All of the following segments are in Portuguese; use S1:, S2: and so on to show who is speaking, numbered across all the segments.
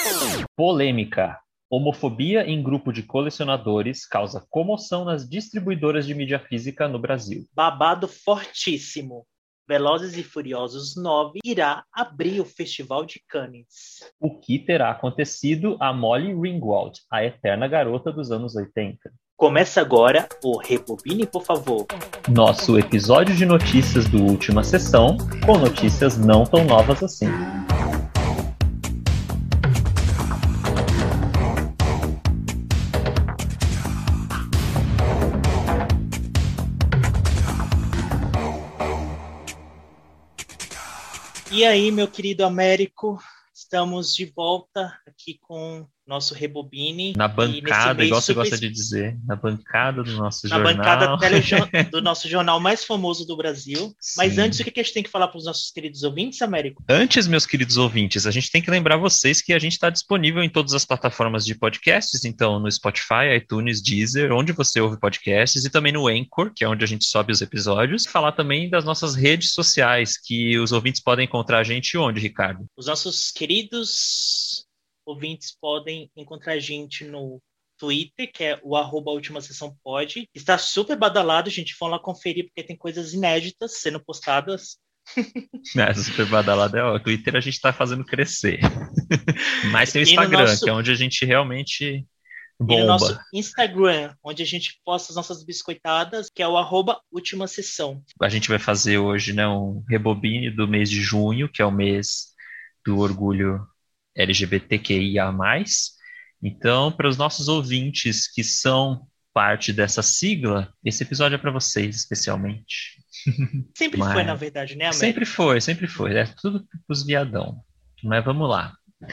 S1: Polêmica. Homofobia em grupo de colecionadores causa comoção nas distribuidoras de mídia física no Brasil.
S2: Babado fortíssimo. Velozes e Furiosos 9 irá abrir o Festival de Cannes.
S1: O que terá acontecido a Molly Ringwald, a eterna garota dos anos 80?
S2: Começa agora o Rebobine, por favor.
S1: Nosso episódio de notícias do Última Sessão, com notícias não tão novas assim.
S2: E aí, meu querido Américo, estamos de volta aqui com nosso Rebobine.
S1: Na bancada, igual você gosta de dizer, na bancada do nosso jornal.
S2: Na bancada do nosso jornal mais famoso do Brasil. Sim. Mas antes, o que a gente tem que falar para os nossos queridos ouvintes, Américo?
S1: Antes, meus queridos ouvintes, a gente tem que lembrar vocês que a gente está disponível em todas as plataformas de podcasts, então no Spotify, iTunes, Deezer, onde você ouve podcasts, e também no Anchor, que é onde a gente sobe os episódios. Falar também das nossas redes sociais, que os ouvintes podem encontrar a gente onde, Ricardo?
S2: Os nossos queridos ouvintes podem encontrar a gente no Twitter, que é o @ultimasessãopod. Está super badalado, gente. Vão lá conferir, porque tem coisas inéditas sendo postadas.
S1: Super badalado o Twitter, a gente está fazendo crescer. Mas tem o Instagram, que é onde a gente realmente bomba.
S2: E no nosso Instagram, onde a gente posta as nossas biscoitadas, que é o @ultimasessão.
S1: A gente vai fazer hoje, né, um rebobine do mês de junho, que é o mês do orgulho LGBTQIA+. Então, para os nossos ouvintes que são parte dessa sigla, esse episódio é para vocês, especialmente.
S2: Sempre foi, na verdade, né, Américo?
S1: Sempre foi. É tudo pros viadão. Mas vamos lá.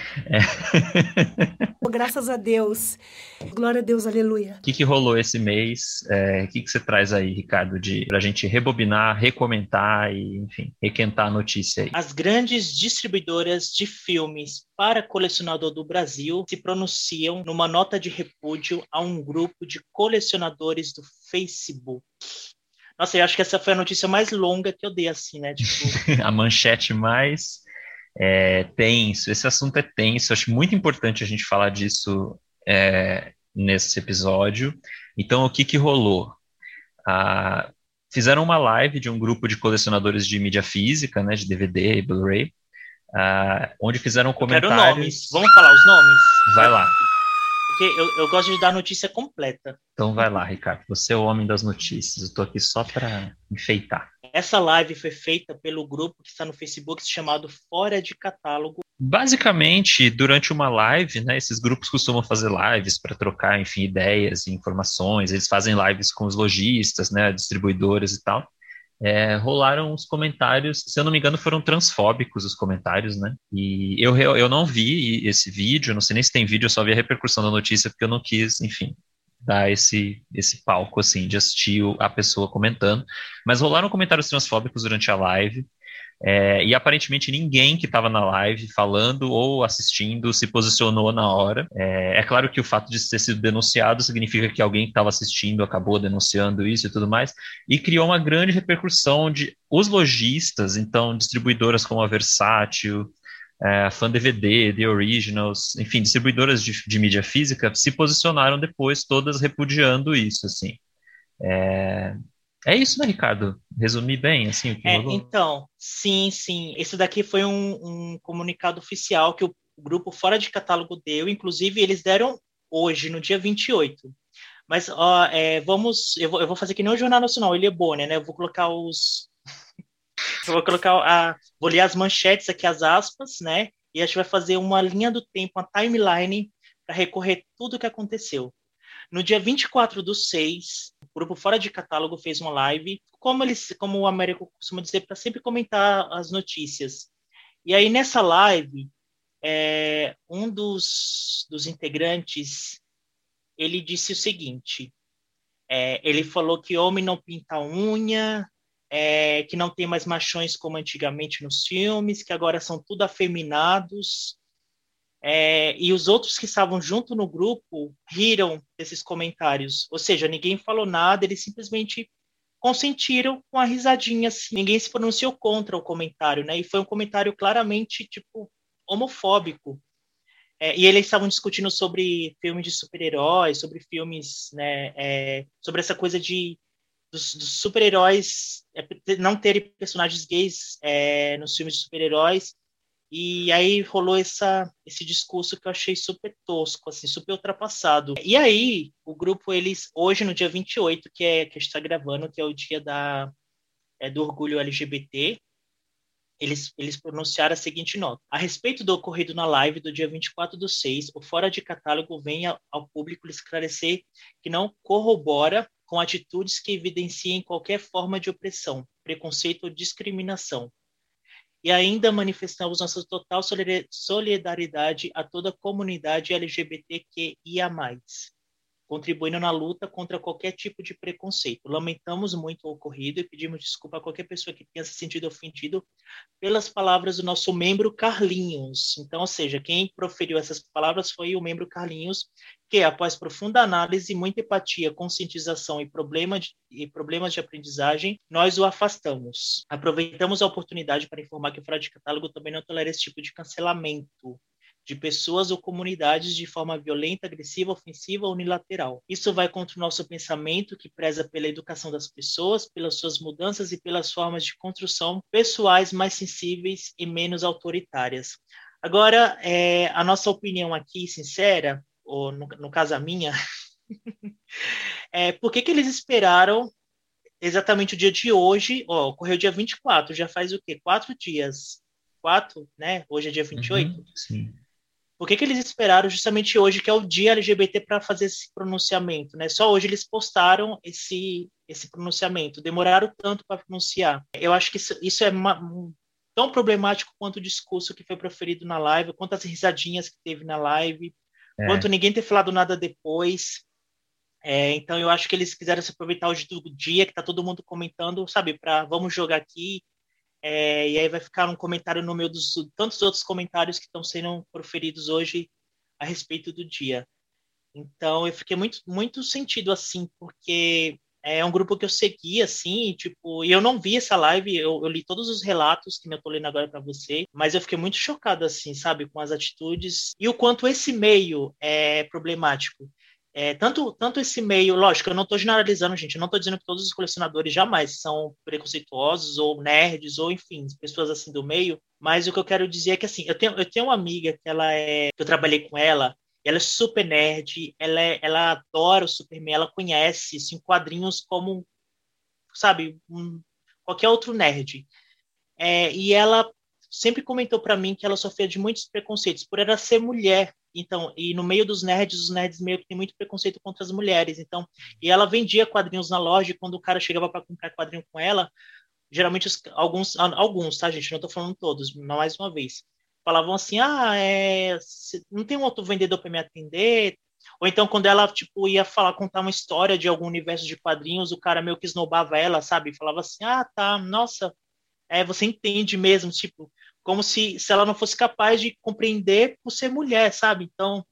S3: Graças a Deus. Glória a Deus, aleluia.
S1: O que rolou esse mês? O que você traz aí, Ricardo, pra gente rebobinar, recomentar e, enfim, requentar a notícia aí?
S2: As grandes distribuidoras de filmes para colecionador do Brasil se pronunciam numa nota de repúdio a um grupo de colecionadores do Facebook. Nossa, eu acho que essa foi a notícia mais longa que eu dei, assim, né?
S1: A manchete mais tenso. Esse assunto é tenso. Acho muito importante a gente falar disso nesse episódio. Então, o que rolou? Fizeram uma live de um grupo de colecionadores de mídia física, né, de DVD e Blu-ray, onde fizeram comentários...
S2: Quero nomes. Vamos falar os nomes?
S1: Vai lá.
S2: Porque eu gosto de dar a notícia completa.
S1: Então vai lá, Ricardo. Você é o homem das notícias. Eu estou aqui só para enfeitar.
S2: Essa live foi feita pelo grupo que está no Facebook chamado Fora de Catálogo.
S1: Basicamente, durante uma live, né, esses grupos costumam fazer lives para trocar, enfim, ideias e informações. Eles fazem lives com os lojistas, né, distribuidoras e tal. Rolaram os comentários, se eu não me engano, foram transfóbicos os comentários, né? E eu não vi esse vídeo, não sei nem se tem vídeo, eu só vi a repercussão da notícia porque eu não quis, enfim, dar esse palco, assim, de assistir a pessoa comentando. Mas rolaram comentários transfóbicos durante a live, e aparentemente ninguém que estava na live falando ou assistindo se posicionou na hora. É claro que o fato de ter sido denunciado significa que alguém que estava assistindo acabou denunciando isso e tudo mais, e criou uma grande repercussão de os lojistas, então distribuidoras como a Versátil, a Fan DVD, The Originals, enfim, distribuidoras de mídia física se posicionaram depois, todas repudiando isso, assim. É isso, né, Ricardo? Resumi bem, assim, o que rolou?
S2: Então, sim. Esse daqui foi um comunicado oficial que o grupo Fora de Catálogo deu. Inclusive, eles deram hoje, no dia 28. Mas, eu vou fazer que nem o Jornal Nacional, ele é bom, né? Eu vou colocar vou ler as manchetes aqui, as aspas, né? E a gente vai fazer uma linha do tempo, uma timeline, para recorrer tudo o que aconteceu. No dia 24/6, o grupo Fora de Catálogo fez uma live, como o Américo costuma dizer, para sempre comentar as notícias. E aí, nessa live, um dos integrantes, ele disse o seguinte, ele falou que homem não pinta unha, que não tem mais machões como antigamente nos filmes, que agora são tudo afeminados. E os outros que estavam junto no grupo riram desses comentários. Ou seja, ninguém falou nada, eles simplesmente consentiram com a risadinha. Assim. Ninguém se pronunciou contra o comentário, né? E foi um comentário claramente, homofóbico. E eles estavam discutindo sobre filmes de super-heróis, sobre filmes, né, sobre essa coisa dos super-heróis não terem personagens gays nos filmes de super-heróis. E aí rolou esse discurso que eu achei super tosco, assim, super ultrapassado. E aí, o grupo, eles, hoje, no dia 28, que a gente está gravando, que é o dia do orgulho LGBT, eles pronunciaram a seguinte nota. A respeito do ocorrido na live do dia 24/6, o Fora de Catálogo vem ao público esclarecer que não corrobora com atitudes que evidenciem qualquer forma de opressão, preconceito ou discriminação. E ainda manifestamos nossa total solidariedade a toda a comunidade LGBTQIA+, contribuindo na luta contra qualquer tipo de preconceito. Lamentamos muito o ocorrido e pedimos desculpa a qualquer pessoa que tenha se sentido ofendido pelas palavras do nosso membro Carlinhos. Então, ou seja, quem proferiu essas palavras foi o membro Carlinhos, que, após profunda análise, muita empatia, conscientização e problemas de aprendizagem, nós o afastamos. Aproveitamos a oportunidade para informar que o Fora de Catálogo também não tolera esse tipo de cancelamento de pessoas ou comunidades de forma violenta, agressiva, ofensiva ou unilateral. Isso vai contra o nosso pensamento, que preza pela educação das pessoas, pelas suas mudanças e pelas formas de construção pessoais mais sensíveis e menos autoritárias. Agora, a nossa opinião aqui, sincera, ou no caso a minha, por que eles esperaram exatamente o dia de hoje? Ocorreu dia 24, já faz o quê? 4 dias. 4, né? Hoje é dia 28.
S1: Sim.
S2: Por que eles esperaram justamente hoje, que é o dia LGBT, para fazer esse pronunciamento, né? Só hoje eles postaram esse pronunciamento. Demoraram tanto para pronunciar. Eu acho que isso é tão problemático quanto o discurso que foi proferido na live, quanto as risadinhas que teve na live, quanto ninguém ter falado nada depois. Então eu acho que eles quiseram se aproveitar hoje do dia, que está todo mundo comentando, sabe, para vamos jogar aqui. E aí vai ficar um comentário no meio dos tantos outros comentários que estão sendo proferidos hoje a respeito do dia. Então, eu fiquei muito, muito sentido, assim, porque é um grupo que eu segui, assim, tipo, e eu não vi essa live, eu li todos os relatos que eu tô lendo agora para você, mas eu fiquei muito chocado, assim, sabe, com as atitudes e o quanto esse meio é problemático. Tanto esse meio, lógico, eu não estou generalizando, gente, eu não estou dizendo que todos os colecionadores jamais são preconceituosos ou nerds ou, enfim, pessoas assim do meio, mas o que eu quero dizer é que, assim, eu tenho uma amiga que eu trabalhei com ela é super nerd, ela adora o Superman, ela conhece, assim, quadrinhos como, sabe, qualquer outro nerd. E ela sempre comentou para mim que ela sofria de muitos preconceitos por ela ser mulher. Então, e no meio dos nerds, os nerds meio que tem muito preconceito contra as mulheres. Então, e ela vendia quadrinhos na loja e quando o cara chegava para comprar quadrinho com ela, geralmente alguns, tá, gente? Não tô falando todos, mais uma vez. Falavam assim: não tem um outro vendedor para me atender? Ou então, quando ela, tipo, ia contar uma história de algum universo de quadrinhos, o cara meio que esnobava ela, sabe? Falava assim: tá, nossa, você entende mesmo, tipo, como se ela não fosse capaz de compreender por ser mulher, sabe? Então,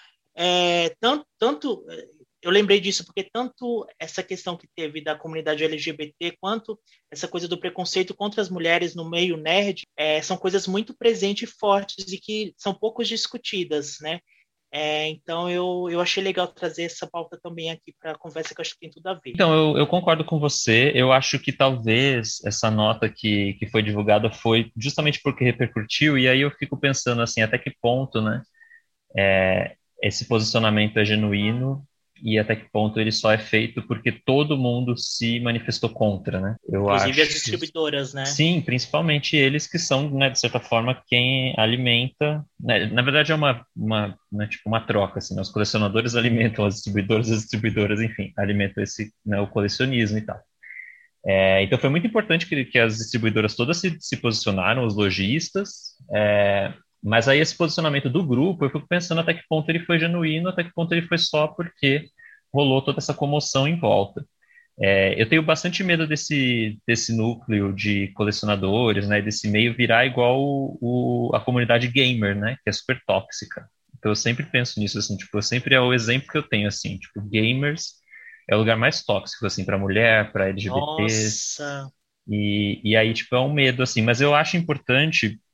S2: tanto eu lembrei disso porque tanto essa questão que teve da comunidade LGBT quanto essa coisa do preconceito contra as mulheres no meio nerd são coisas muito presentes e fortes e que são pouco discutidas, né? Então eu achei legal trazer essa pauta também aqui para a conversa, que eu acho que tem tudo a ver.
S1: Então, eu concordo com você. Eu acho que talvez essa nota que foi divulgada foi justamente porque repercutiu, e aí eu fico pensando assim, até que ponto, né, esse posicionamento é genuíno e até que ponto ele só é feito porque todo mundo se manifestou contra, né?
S2: Inclusive as distribuidoras, né?
S1: Sim, principalmente eles que são, né, de certa forma, quem alimenta, né? Na verdade é né, tipo uma troca, assim, né? Os colecionadores alimentam as distribuidoras, enfim, alimentam né, o colecionismo e tal. Então foi muito importante que as distribuidoras todas se posicionaram, os lojistas, mas aí esse posicionamento do grupo, eu fico pensando até que ponto ele foi genuíno, até que ponto ele foi só porque rolou toda essa comoção em volta. Eu tenho bastante medo desse núcleo de colecionadores, né, desse meio virar igual a comunidade gamer, né, que é super tóxica. Então eu sempre penso nisso, assim, tipo, sempre é o exemplo que eu tenho, assim, tipo, gamers é o lugar mais tóxico, assim, para mulher, para LGBTs.
S2: Nossa!
S1: E aí, tipo, é um medo, assim, mas eu acho importante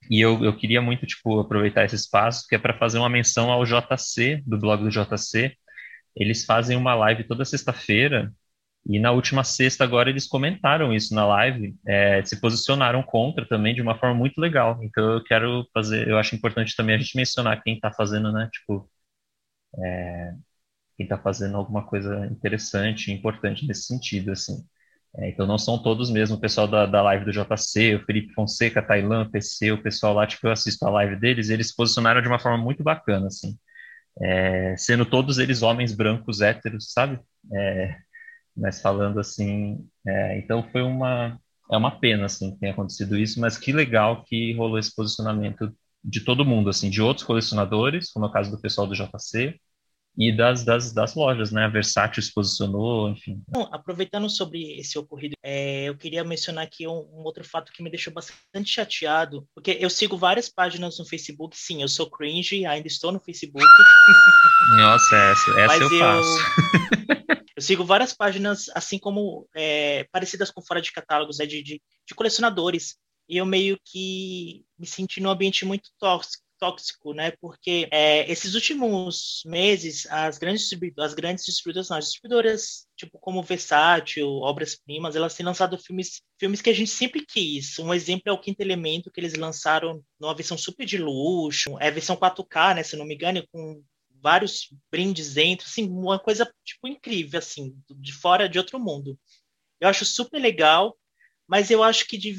S1: E eu queria muito, tipo, aproveitar esse espaço, que é para fazer uma menção ao JC, do blog do JC. Eles fazem uma live toda sexta-feira, e na última sexta agora eles comentaram isso na live, se posicionaram contra também de uma forma muito legal. Então eu quero fazer, eu acho importante também a gente mencionar quem está fazendo, né? Tipo, quem está fazendo alguma coisa interessante, importante nesse sentido, assim. Então não são todos mesmo, o pessoal da live do JC, o Felipe Fonseca, Tailan, PC, o pessoal lá, tipo, eu assisto a live deles, e eles se posicionaram de uma forma muito bacana, assim. Sendo todos eles homens brancos, héteros, sabe? Mas falando assim, então é uma pena, assim, que tenha acontecido isso, mas que legal que rolou esse posicionamento de todo mundo, assim, de outros colecionadores, como é o caso do pessoal do JC, e das lojas, né? A Versátil se posicionou, enfim.
S2: Bom, aproveitando sobre esse ocorrido, eu queria mencionar aqui um outro fato que me deixou bastante chateado, porque eu sigo várias páginas no Facebook, sim, eu sou cringe, ainda estou no Facebook.
S1: Nossa, essa
S2: mas
S1: eu faço.
S2: Eu sigo várias páginas, assim como parecidas com fora de catálogos, de colecionadores, e eu meio que me senti num ambiente muito tóxico, né? Porque esses últimos meses as distribuidoras, tipo como Versátil, Obras Primas, elas têm lançado filmes que a gente sempre quis. Um exemplo é o Quinto Elemento, que eles lançaram numa versão super de luxo, versão 4K, né? Se eu não me engano, com vários brindes dentro, assim, uma coisa tipo incrível, assim, de fora de outro mundo. Eu acho super legal, mas eu acho que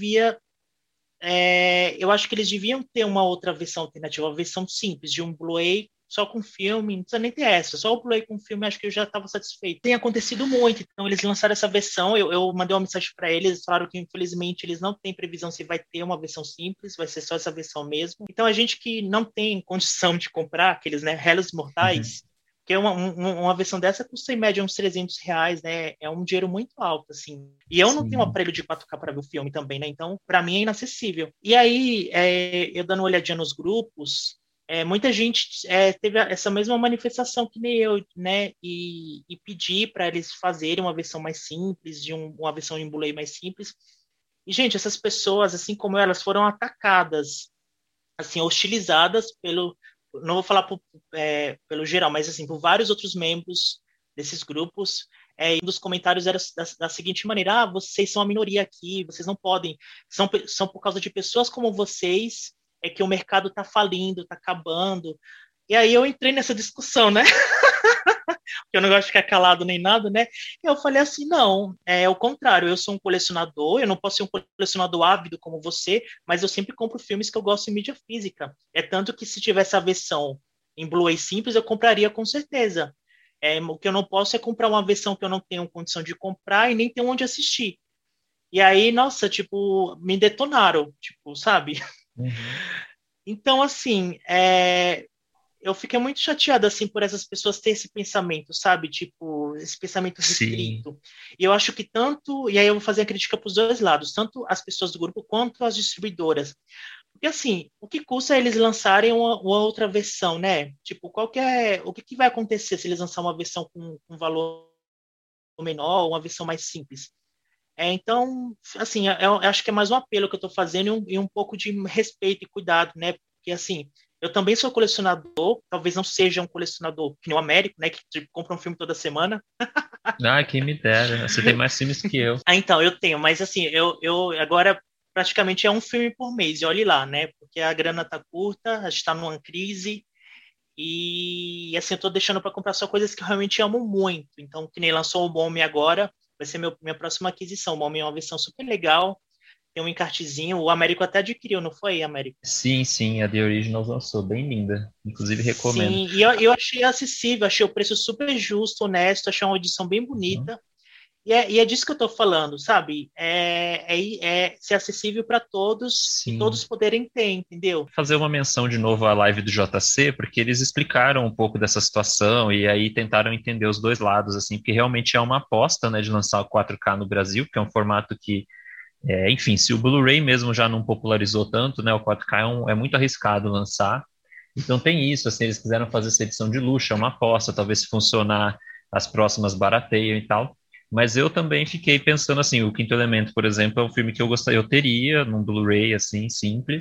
S2: eu acho que eles deviam ter uma outra versão alternativa, uma versão simples, de um Blu-ray só com filme, não precisa nem ter extra, só o Blu-ray com filme, acho que eu já estava satisfeito. Tem acontecido muito, então eles lançaram essa versão, eu mandei uma mensagem para eles, falaram que infelizmente eles não têm previsão se vai ter uma versão simples, vai ser só essa versão mesmo. Então a gente que não tem condição de comprar aqueles, né, réis mortais, porque uma versão dessa custa em média uns R$ 300, né? É um dinheiro muito alto, assim. E eu não tenho um aparelho de 4K para ver o filme também, né? Então, para mim é inacessível. E aí, eu dando uma olhadinha nos grupos, muita gente teve essa mesma manifestação que nem eu, né? E pedir para eles fazerem uma versão mais simples, uma versão em Blu-ray mais simples. E, gente, essas pessoas, assim como elas, foram atacadas, assim, hostilizadas não vou falar pelo geral, mas assim, por vários outros membros desses grupos. E um dos comentários era da seguinte maneira: vocês são a minoria aqui, vocês não podem, são por causa de pessoas como vocês que o mercado está falindo, está acabando. E aí eu entrei nessa discussão, né? Porque eu não gosto de ficar calado nem nada, né? E eu falei assim, não, é o contrário, eu sou um colecionador, eu não posso ser um colecionador ávido como você, mas eu sempre compro filmes que eu gosto em mídia física. É tanto que se tivesse a versão em Blu-ray simples, eu compraria com certeza. O que eu não posso é comprar uma versão que eu não tenho condição de comprar e nem tenho onde assistir. E aí, nossa, tipo, me detonaram, tipo, sabe?
S1: Uhum.
S2: Então, assim, eu fiquei muito chateada, assim, por essas pessoas terem esse pensamento, sabe? Tipo, esse pensamento restrito. Sim. E eu acho que tanto... E aí eu vou fazer a crítica para os dois lados, tanto as pessoas do grupo quanto as distribuidoras. Porque, assim, o que custa eles lançarem uma outra versão, né? Tipo, o que vai acontecer se eles lançarem uma versão com um valor menor ou uma versão mais simples? Então, assim, eu acho que é mais um apelo que eu estou fazendo e um pouco de respeito e cuidado, né? Porque, assim, eu também sou colecionador, talvez não seja um colecionador que nem o Américo, né? Que tipo, compra um filme toda semana.
S1: Quem me dera. Você tem mais filmes que eu.
S2: Então, eu tenho, mas assim, eu agora praticamente é um filme por mês, e olhe lá, né? Porque a grana tá curta, a gente tá numa crise, e assim, eu tô deixando para comprar só coisas que eu realmente amo muito. Então, que nem lançou o Bombe agora, vai ser minha próxima aquisição. O Bombe é uma versão super legal, tem um encartezinho, o Américo até adquiriu, não foi, Américo?
S1: Sim, a The Originals lançou, bem linda. Inclusive, recomendo.
S2: Sim, e eu achei acessível, achei o preço super justo, honesto, achei uma edição bem bonita. E é disso que eu estou falando, sabe? É ser acessível para todos. Sim. E todos poderem ter, entendeu?
S1: Fazer uma menção de novo à live do JC, porque eles explicaram um pouco dessa situação e aí tentaram entender os dois lados, assim, porque realmente é uma aposta, né, de lançar o 4K no Brasil, que é um formato que, enfim, se o Blu-ray mesmo já não popularizou tanto, né, o 4K é muito arriscado lançar. Então tem isso, assim, eles quiseram fazer essa edição de luxo, é uma aposta, talvez se funcionar, as próximas barateiam e tal. Mas eu também fiquei pensando assim, o Quinto Elemento, por exemplo, é um filme que eu teria num Blu-ray, assim, simples,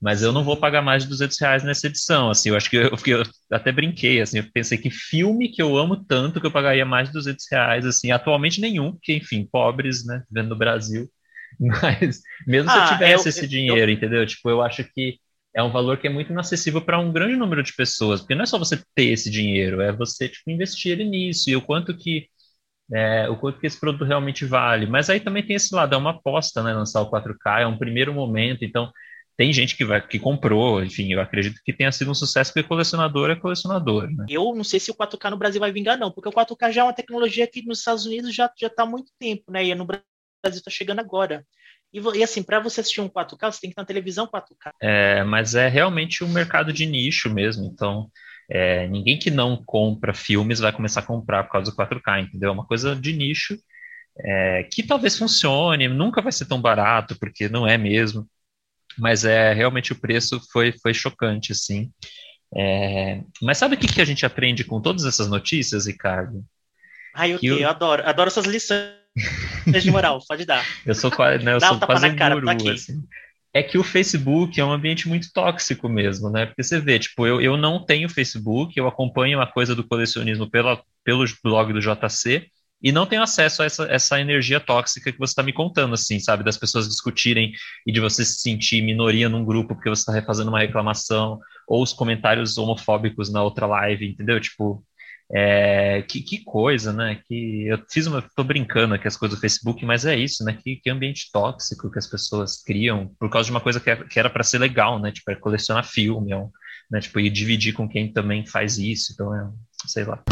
S1: Mas eu não vou pagar mais de R$ 200 nessa edição, assim, eu acho que eu até brinquei, assim, eu pensei que filme que eu amo tanto que eu pagaria mais de R$ 200, assim, atualmente nenhum, porque, enfim, pobres, né, vivendo no Brasil, mas mesmo se eu tivesse esse dinheiro, entendeu? Tipo, eu acho que é um valor que é muito inacessível para um grande número de pessoas, porque não é só você ter esse dinheiro, é você, tipo, investir ele nisso, e o quanto que esse produto realmente vale. Mas aí também tem esse lado, é uma aposta, né, lançar o 4K, é um primeiro momento, então tem gente que comprou, enfim, eu acredito que tenha sido um sucesso, porque colecionador é colecionador, né?
S2: Eu não sei se o 4K no Brasil vai vingar, não, porque o 4K já é uma tecnologia que nos Estados Unidos já está há muito tempo, né? E no Brasil está chegando agora. E assim, para você assistir um 4K, você tem que ter uma televisão 4K.
S1: Mas é realmente um mercado de nicho mesmo, então ninguém que não compra filmes vai começar a comprar por causa do 4K, entendeu? É uma coisa de nicho que talvez funcione, nunca vai ser tão barato, porque não é mesmo, mas realmente o preço foi chocante, assim. Mas sabe o que a gente aprende com todas essas notícias, Ricardo?
S2: Ai, o quê? Eu adoro essas lições de moral, pode dar.
S1: Eu sou quase, né, eu
S2: Dá
S1: sou
S2: um tapa
S1: quase
S2: na
S1: um
S2: cara,
S1: guru,
S2: tô aqui.
S1: assim. É que o Facebook é um ambiente muito tóxico mesmo, né? Porque você vê, tipo, eu não tenho Facebook, eu acompanho a coisa do colecionismo pelo blog do JC e não tenho acesso a essa energia tóxica que você está me contando, assim, sabe? Das pessoas discutirem e de você se sentir minoria num grupo porque você está refazendo uma reclamação, ou os comentários homofóbicos na outra live, entendeu? Tipo, que coisa, né? Que eu tô brincando aqui as coisas do Facebook, mas é isso, né? Que ambiente tóxico que as pessoas criam por causa de uma coisa que era para ser legal, né? Tipo, colecionar filme, né? Tipo, e dividir com quem também faz isso, então sei lá.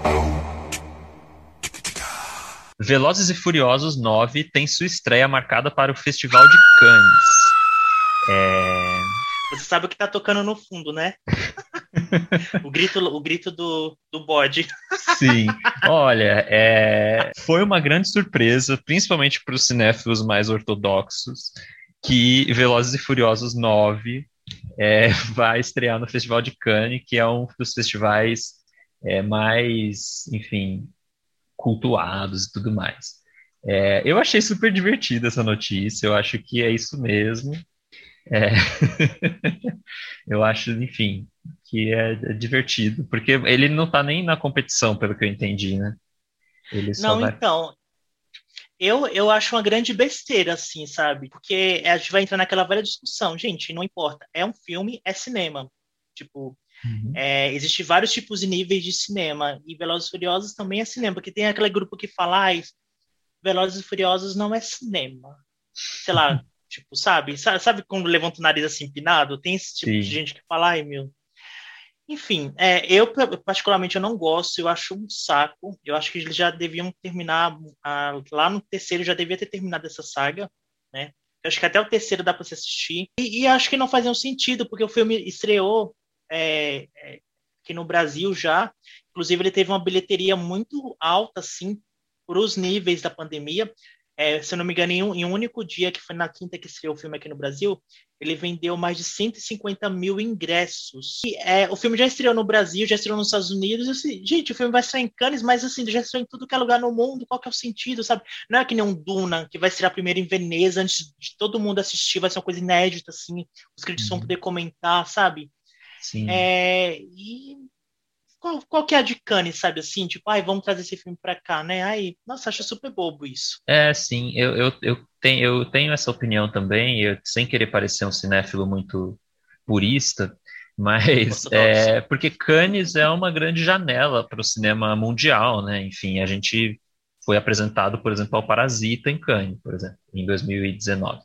S1: Velozes e Furiosos 9 tem sua estreia marcada para o Festival de Cannes.
S2: Você sabe o que tá tocando no fundo, né? O grito do bode.
S1: Sim, olha, foi uma grande surpresa, principalmente para os cinéfilos mais ortodoxos, que Velozes e Furiosos 9 vai estrear no Festival de Cannes, que é um dos festivais mais, enfim, cultuados e tudo mais. Eu achei super divertida essa notícia, eu acho que é isso mesmo. Eu acho, enfim, que é divertido, porque ele não tá nem na competição, pelo que eu entendi, né? Ele só
S2: Não,
S1: vai...
S2: então, eu acho uma grande besteira, assim, sabe? Porque a gente vai entrar naquela velha discussão. Gente, não importa. É um filme, é cinema. Tipo, existem vários tipos e níveis de cinema. E Velozes e Furiosos também é cinema. Porque tem aquele grupo que fala, Velozes e Furiosos não é cinema. Sei lá, tipo, sabe? Sabe quando levanta o nariz assim empinado? Tem esse tipo
S1: Sim.
S2: de gente que fala, ai, meu... Enfim, eu particularmente eu não gosto, eu acho um saco. Eu acho que eles já deviam terminar, lá no terceiro já devia ter terminado essa saga, né? Eu acho que até o terceiro dá para se assistir. E acho que não fazia um sentido, porque o filme estreou aqui no Brasil já. Inclusive, ele teve uma bilheteria muito alta, assim, para os níveis da pandemia. Se eu não me engano, em um único dia, que foi na quinta que estreou o filme aqui no Brasil, ele vendeu mais de 150 mil ingressos. E, o filme já estreou no Brasil, já estreou nos Estados Unidos. Assim, gente, o filme vai estrear em Cannes, mas assim, já estreou em tudo que é lugar no mundo. Qual que é o sentido, sabe? Não é que nem um Duna, que vai estrear primeiro em Veneza, antes de todo mundo assistir, vai ser uma coisa inédita, assim. Os críticos vão poder comentar, sabe?
S1: Sim.
S2: E... Qual que é a de Cannes, sabe, assim? Tipo, vamos trazer esse filme pra cá, né? Nossa, acho super bobo isso.
S1: Sim, eu tenho essa opinião também, sem querer parecer um cinéfilo muito purista, mas porque Cannes é uma grande janela para o cinema mundial, né? Enfim, a gente foi apresentado, por exemplo, ao Parasita em Cannes, por exemplo, em 2019.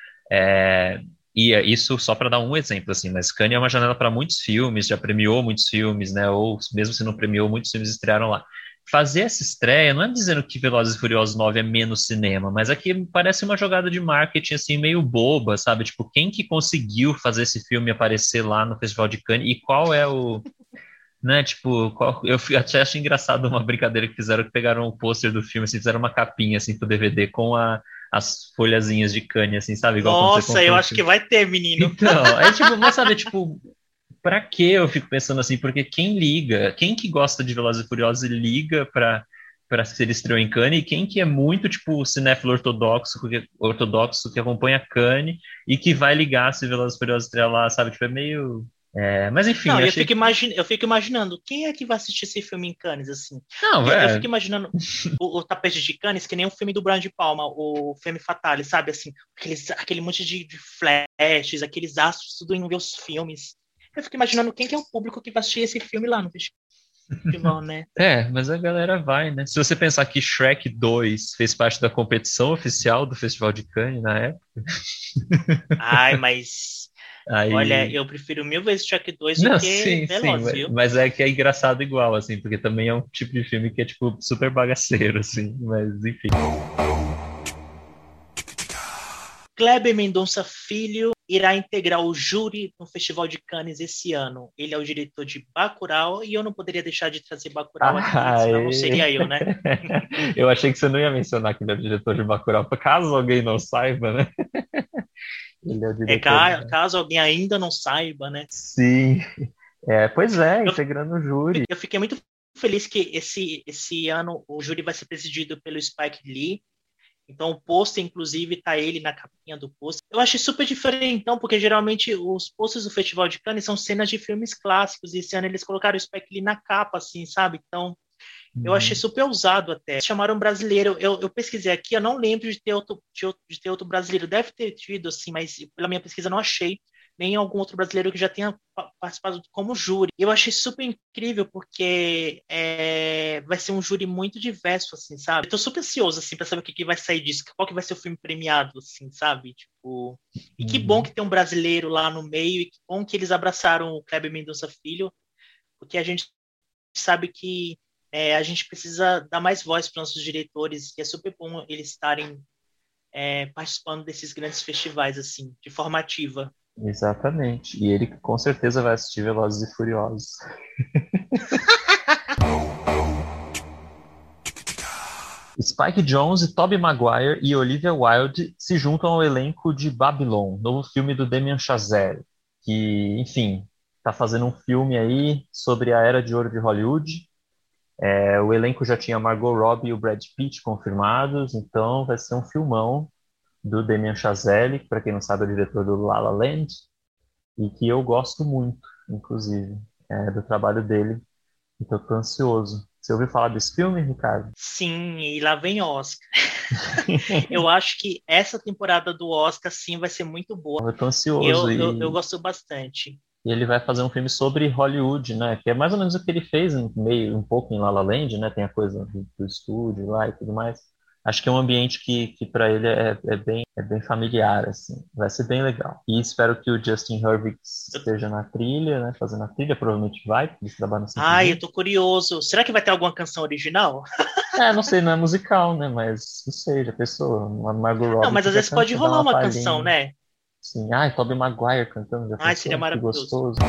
S1: E isso só para dar um exemplo, assim, mas Cannes é uma janela para muitos filmes, já premiou muitos filmes, né? Ou mesmo se não premiou, muitos filmes estrearam lá. Fazer essa estreia, não é dizendo que Velozes e Furiosos 9 é menos cinema, mas aqui parece uma jogada de marketing, assim, meio boba, sabe? Tipo, quem que conseguiu fazer esse filme aparecer lá no Festival de Cannes e qual é o... Né, tipo, eu até acho engraçado uma brincadeira que fizeram, que pegaram o pôster do filme, assim, fizeram uma capinha, assim, pro DVD com as folhazinhas de Cannes, assim, sabe? Igual
S2: Nossa, eu acho que vai ter, menino.
S1: Então, aí, tipo, mas sabe, tipo, pra que eu fico pensando assim? Porque quem que gosta de Velozes e Furiosos e liga pra para ser ele estreou em Cannes, e quem que é muito, tipo, cinéfilo ortodoxo que acompanha Cannes e que vai ligar se Velozes e Furiosos estrear lá, sabe? Tipo, é meio... mas enfim,
S2: Não,
S1: eu
S2: eu
S1: achei
S2: fico,
S1: que...
S2: eu fico imaginando, quem é que vai assistir esse filme em Cannes, assim?
S1: Não,
S2: Porque eu
S1: velho,
S2: fico imaginando o Tapete de Cannes, que nem o filme do Brian De Palma, o Femme Fatale, sabe? Assim, aquele monte de flashes, aqueles astros, tudo indo ver os filmes. Eu fico imaginando quem que é o público que vai assistir esse filme lá no festival, né?
S1: mas a galera vai, né? Se você pensar que Shrek 2 fez parte da competição oficial do Festival de Cannes na época,
S2: Ai, mas... Olha,
S1: aí...
S2: eu prefiro mil vezes Shrek 2 do
S1: Não,
S2: que
S1: sim, sim,
S2: Velozes, viu?
S1: mas é que é engraçado igual, assim, porque também é um tipo de filme que é, tipo, super bagaceiro, assim, mas enfim.
S2: Kleber Mendonça Filho irá integrar o júri no Festival de Cannes esse ano. Ele é o diretor de Bacurau e eu não poderia deixar de trazer Bacurau aqui, senão não
S1: Aê.
S2: seria eu, né?
S1: Eu achei que você não ia mencionar que ele é o diretor de Bacurau, caso alguém não saiba, né? Ele é o diretor de...
S2: Caso alguém ainda não saiba, né?
S1: Sim, pois é,
S2: Eu,
S1: integrando o júri.
S2: eu fiquei muito feliz que esse ano o júri vai ser presidido pelo Spike Lee. Então, o pôster, inclusive, tá ele na capinha do pôster. Eu achei super diferentão, porque geralmente os pôsteres do Festival de Cannes são cenas de filmes clássicos, e esse ano eles colocaram o Spike Lee na capa, assim, sabe? Então, eu achei
S1: Uhum.
S2: super ousado até. Chamaram um brasileiro, eu pesquisei aqui, eu não lembro de ter outro brasileiro. Deve ter tido, assim, mas pela minha pesquisa eu não achei nem algum outro brasileiro que já tenha participado como júri. Eu achei super incrível, porque vai ser um júri muito diverso, assim, sabe? Eu tô super ansioso, assim, pra saber o que vai sair disso, qual que vai ser o filme premiado, assim, sabe? Tipo... E que bom
S1: Uhum.
S2: que tem um brasileiro lá no meio, e que bom que eles abraçaram o Kleber Mendonça Filho, porque a gente sabe que a gente precisa dar mais voz para nossos diretores, e é super bom eles estarem participando desses grandes festivais, assim, de forma ativa.
S1: Exatamente. E ele com certeza vai assistir Velozes e Furiosos. Spike Jonze, Tobey Maguire e Olivia Wilde se juntam ao elenco de Babylon, novo filme do Damien Chazelle, que, enfim, está fazendo um filme aí sobre a era de ouro de Hollywood. O elenco já tinha Margot Robbie e o Brad Pitt confirmados, então vai ser um filmão do Damien Chazelle, que, para quem não sabe, é o diretor do La La Land, e que eu gosto muito, inclusive, do trabalho dele. Então, eu tô ansioso. Você ouviu falar desse filme, Ricardo?
S2: Sim, e lá vem Oscar. Eu acho que essa temporada do Oscar, sim, vai ser muito boa.
S1: Eu tô
S2: E
S1: ansioso
S2: eu
S1: e
S2: gosto bastante.
S1: ele vai fazer um filme sobre Hollywood, né? Que é mais ou menos o que ele fez meio um pouco em La La Land, né? Tem a coisa do estúdio lá e tudo mais. Acho que é um ambiente que para ele é bem familiar, assim. Vai ser bem legal. E espero que o Justin Hurwitz
S2: Eu-
S1: esteja na trilha, né? Fazendo a trilha, provavelmente vai, porque eles trabalham sempre
S2: Ai, eu
S1: juntos.
S2: tô curioso. Será que vai ter alguma canção original?
S1: Não sei, não é musical, né? Mas não sei, já pensou? A Margot
S2: Não,
S1: Robbie
S2: mas às
S1: podia
S2: vezes pode
S1: dar
S2: rolar
S1: uma
S2: uma canção,
S1: palhinha.
S2: né?
S1: Sim. Ai, Tobey Maguire cantando, já
S2: Ai, seria
S1: pensou? Que
S2: maravilhoso.
S1: gostoso.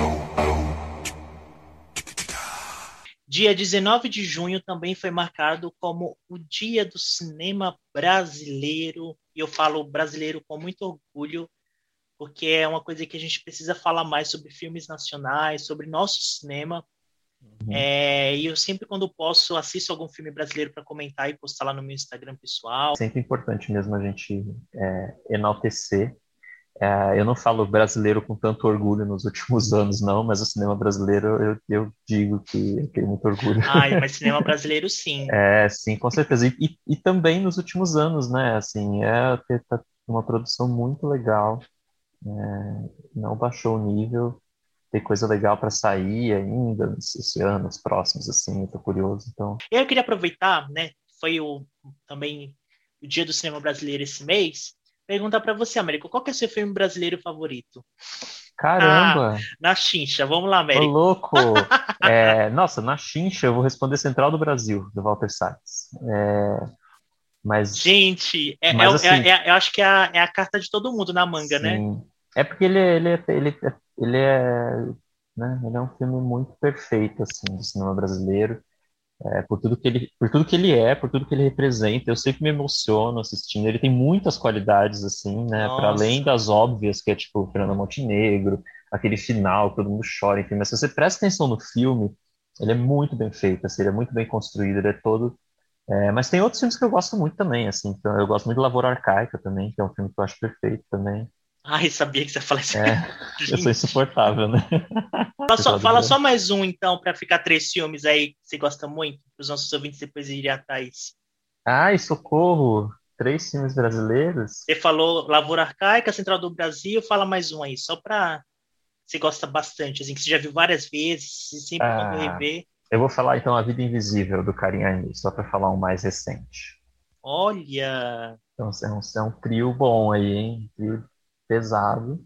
S2: Dia 19 de junho também foi marcado como o Dia do Cinema Brasileiro, e eu falo brasileiro com muito orgulho, porque é uma coisa que a gente precisa falar mais sobre filmes nacionais, sobre nosso cinema.
S1: Uhum.
S2: E eu sempre, quando posso, assisto algum filme brasileiro para comentar e postar lá no meu Instagram pessoal.
S1: Sempre importante mesmo a gente enaltecer. Eu não falo brasileiro com tanto orgulho nos últimos anos, não, mas o cinema brasileiro eu digo que eu tenho muito orgulho.
S2: Ai, mas cinema brasileiro, sim.
S1: Sim, com certeza. E também nos últimos anos, né? Assim, tá uma produção muito legal, não baixou o nível, tem coisa legal para sair ainda esse ano, os próximos, assim, eu tô curioso. Então,
S2: Eu queria aproveitar, né? Foi também o Dia do Cinema Brasileiro esse mês. Perguntar para você, Américo, qual que é o seu filme brasileiro favorito? Ah,
S1: caramba!
S2: na chincha. Vamos lá,
S1: Ô,
S2: Américo.
S1: louco! Nossa, na Chincha eu vou responder Central do Brasil, do Walter Salles. Mas,
S2: Gente,
S1: mas assim,
S2: eu acho que é a carta de todo mundo na manga, né?
S1: sim. É porque ele é, né, ele é um filme muito perfeito, assim, do cinema brasileiro. Por tudo que ele representa. Eu sempre me emociono assistindo. Ele tem muitas qualidades, assim, né? Para além
S2: Nossa.
S1: das óbvias, que é tipo Fernanda Montenegro, aquele final que todo mundo chora, enfim. Mas se você presta atenção no filme, ele é muito bem feito, assim, ele é muito bem construído, ele é todo. Mas tem outros filmes que eu gosto muito também, assim. Então, eu gosto muito de Lavoura Arcaica também, que é um filme que eu acho perfeito também.
S2: Ai, sabia que você ia falar isso.
S1: É, eu sou
S2: Gente,
S1: insuportável, né?
S2: fala só mais um, então, para ficar três filmes aí que você gosta muito, para os nossos ouvintes depois irem atrás.
S1: Ai, socorro! Três filmes brasileiros?
S2: Você falou Lavoura Arcaica, Central do Brasil, fala mais um aí, só para você gosta bastante, assim, que você já viu várias vezes, e sempre quando
S1: Ah,
S2: rever.
S1: eu vou falar então A Vida Invisível, do Karim Armit, só para falar um mais recente.
S2: Olha,
S1: Então, é um trio bom aí, hein? Um trio pesado.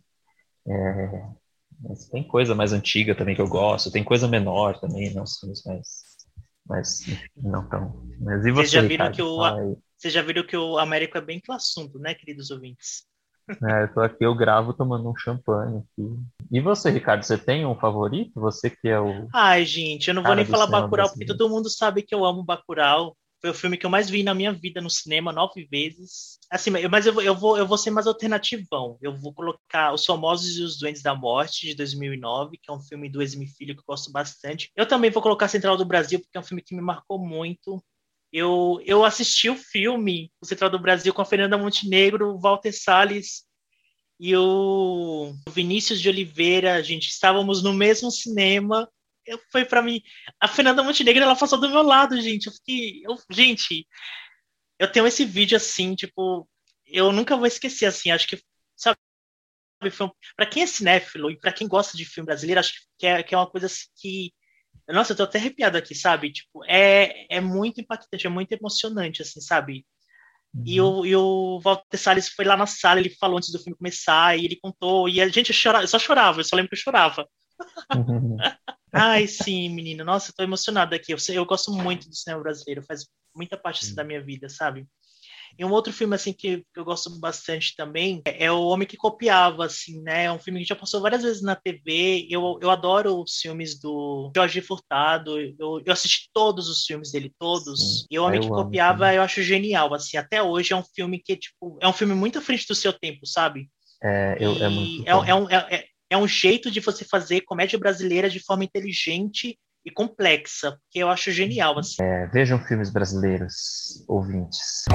S1: Mas tem coisa mais antiga também que eu gosto, tem coisa menor também, não os filmes mais não tão. Mas e
S2: vocês
S1: você,
S2: já viram que
S1: Ricardo?
S2: o,
S1: Fala aí.
S2: vocês já viram que o Américo é bem classudo, né, queridos ouvintes?
S1: Eu tô aqui, eu gravo tomando um champanhe aqui. E você, Ricardo, você tem um favorito? Você que é o
S2: Ai, gente, eu não vou
S1: cara
S2: nem
S1: do
S2: falar
S1: cinema
S2: Bacurau, porque
S1: brasileiro.
S2: todo mundo sabe que eu amo Bacurau. Foi o filme que eu mais vi na minha vida no cinema, 9 vezes. Assim, mas eu vou ser mais alternativão. Eu vou colocar Os Famosos e os Duendes da Morte, de 2009, que é um filme do Esme Filho que eu gosto bastante. Eu também vou colocar Central do Brasil, porque é um filme que me marcou muito. Eu assisti o filme, o Central do Brasil, com a Fernanda Montenegro, o Walter Salles e o Vinícius de Oliveira. Gente, estávamos no mesmo cinema. Foi para mim. A Fernanda Montenegro, ela passou do meu lado, gente. Gente, eu tenho esse vídeo assim, tipo, eu nunca vou esquecer assim. Acho que, sabe, para quem é cinéfilo e para quem gosta de filme brasileiro, acho que é uma coisa assim que, nossa, eu tô até arrepiado aqui, sabe? Tipo, é muito impactante, é muito emocionante, assim, sabe? E
S1: Uhum.
S2: o, e o Walter Salles foi lá na sala, ele falou antes do filme começar, e ele contou, e a gente eu só chorava, eu só lembro que eu chorava. Ai, sim, menino, nossa, eu tô emocionada aqui. Eu gosto muito do cinema brasileiro, faz muita parte assim, da minha vida, sabe? E um outro filme assim que eu gosto bastante também é O Homem que Copiava, assim, né? É um filme que já passou várias vezes na TV. Eu adoro os filmes do Jorge Furtado. Eu assisti todos os filmes dele, todos.
S1: Sim.
S2: E O Homem que
S1: Eu amo
S2: Copiava
S1: também.
S2: eu acho genial, assim. Até hoje é um filme que tipo é um filme muito à frente do seu tempo, sabe?
S1: É
S2: E
S1: muito bom.
S2: é um jeito de você fazer comédia brasileira de forma inteligente e complexa, que eu acho genial, assim.
S1: Vejam filmes brasileiros, ouvintes.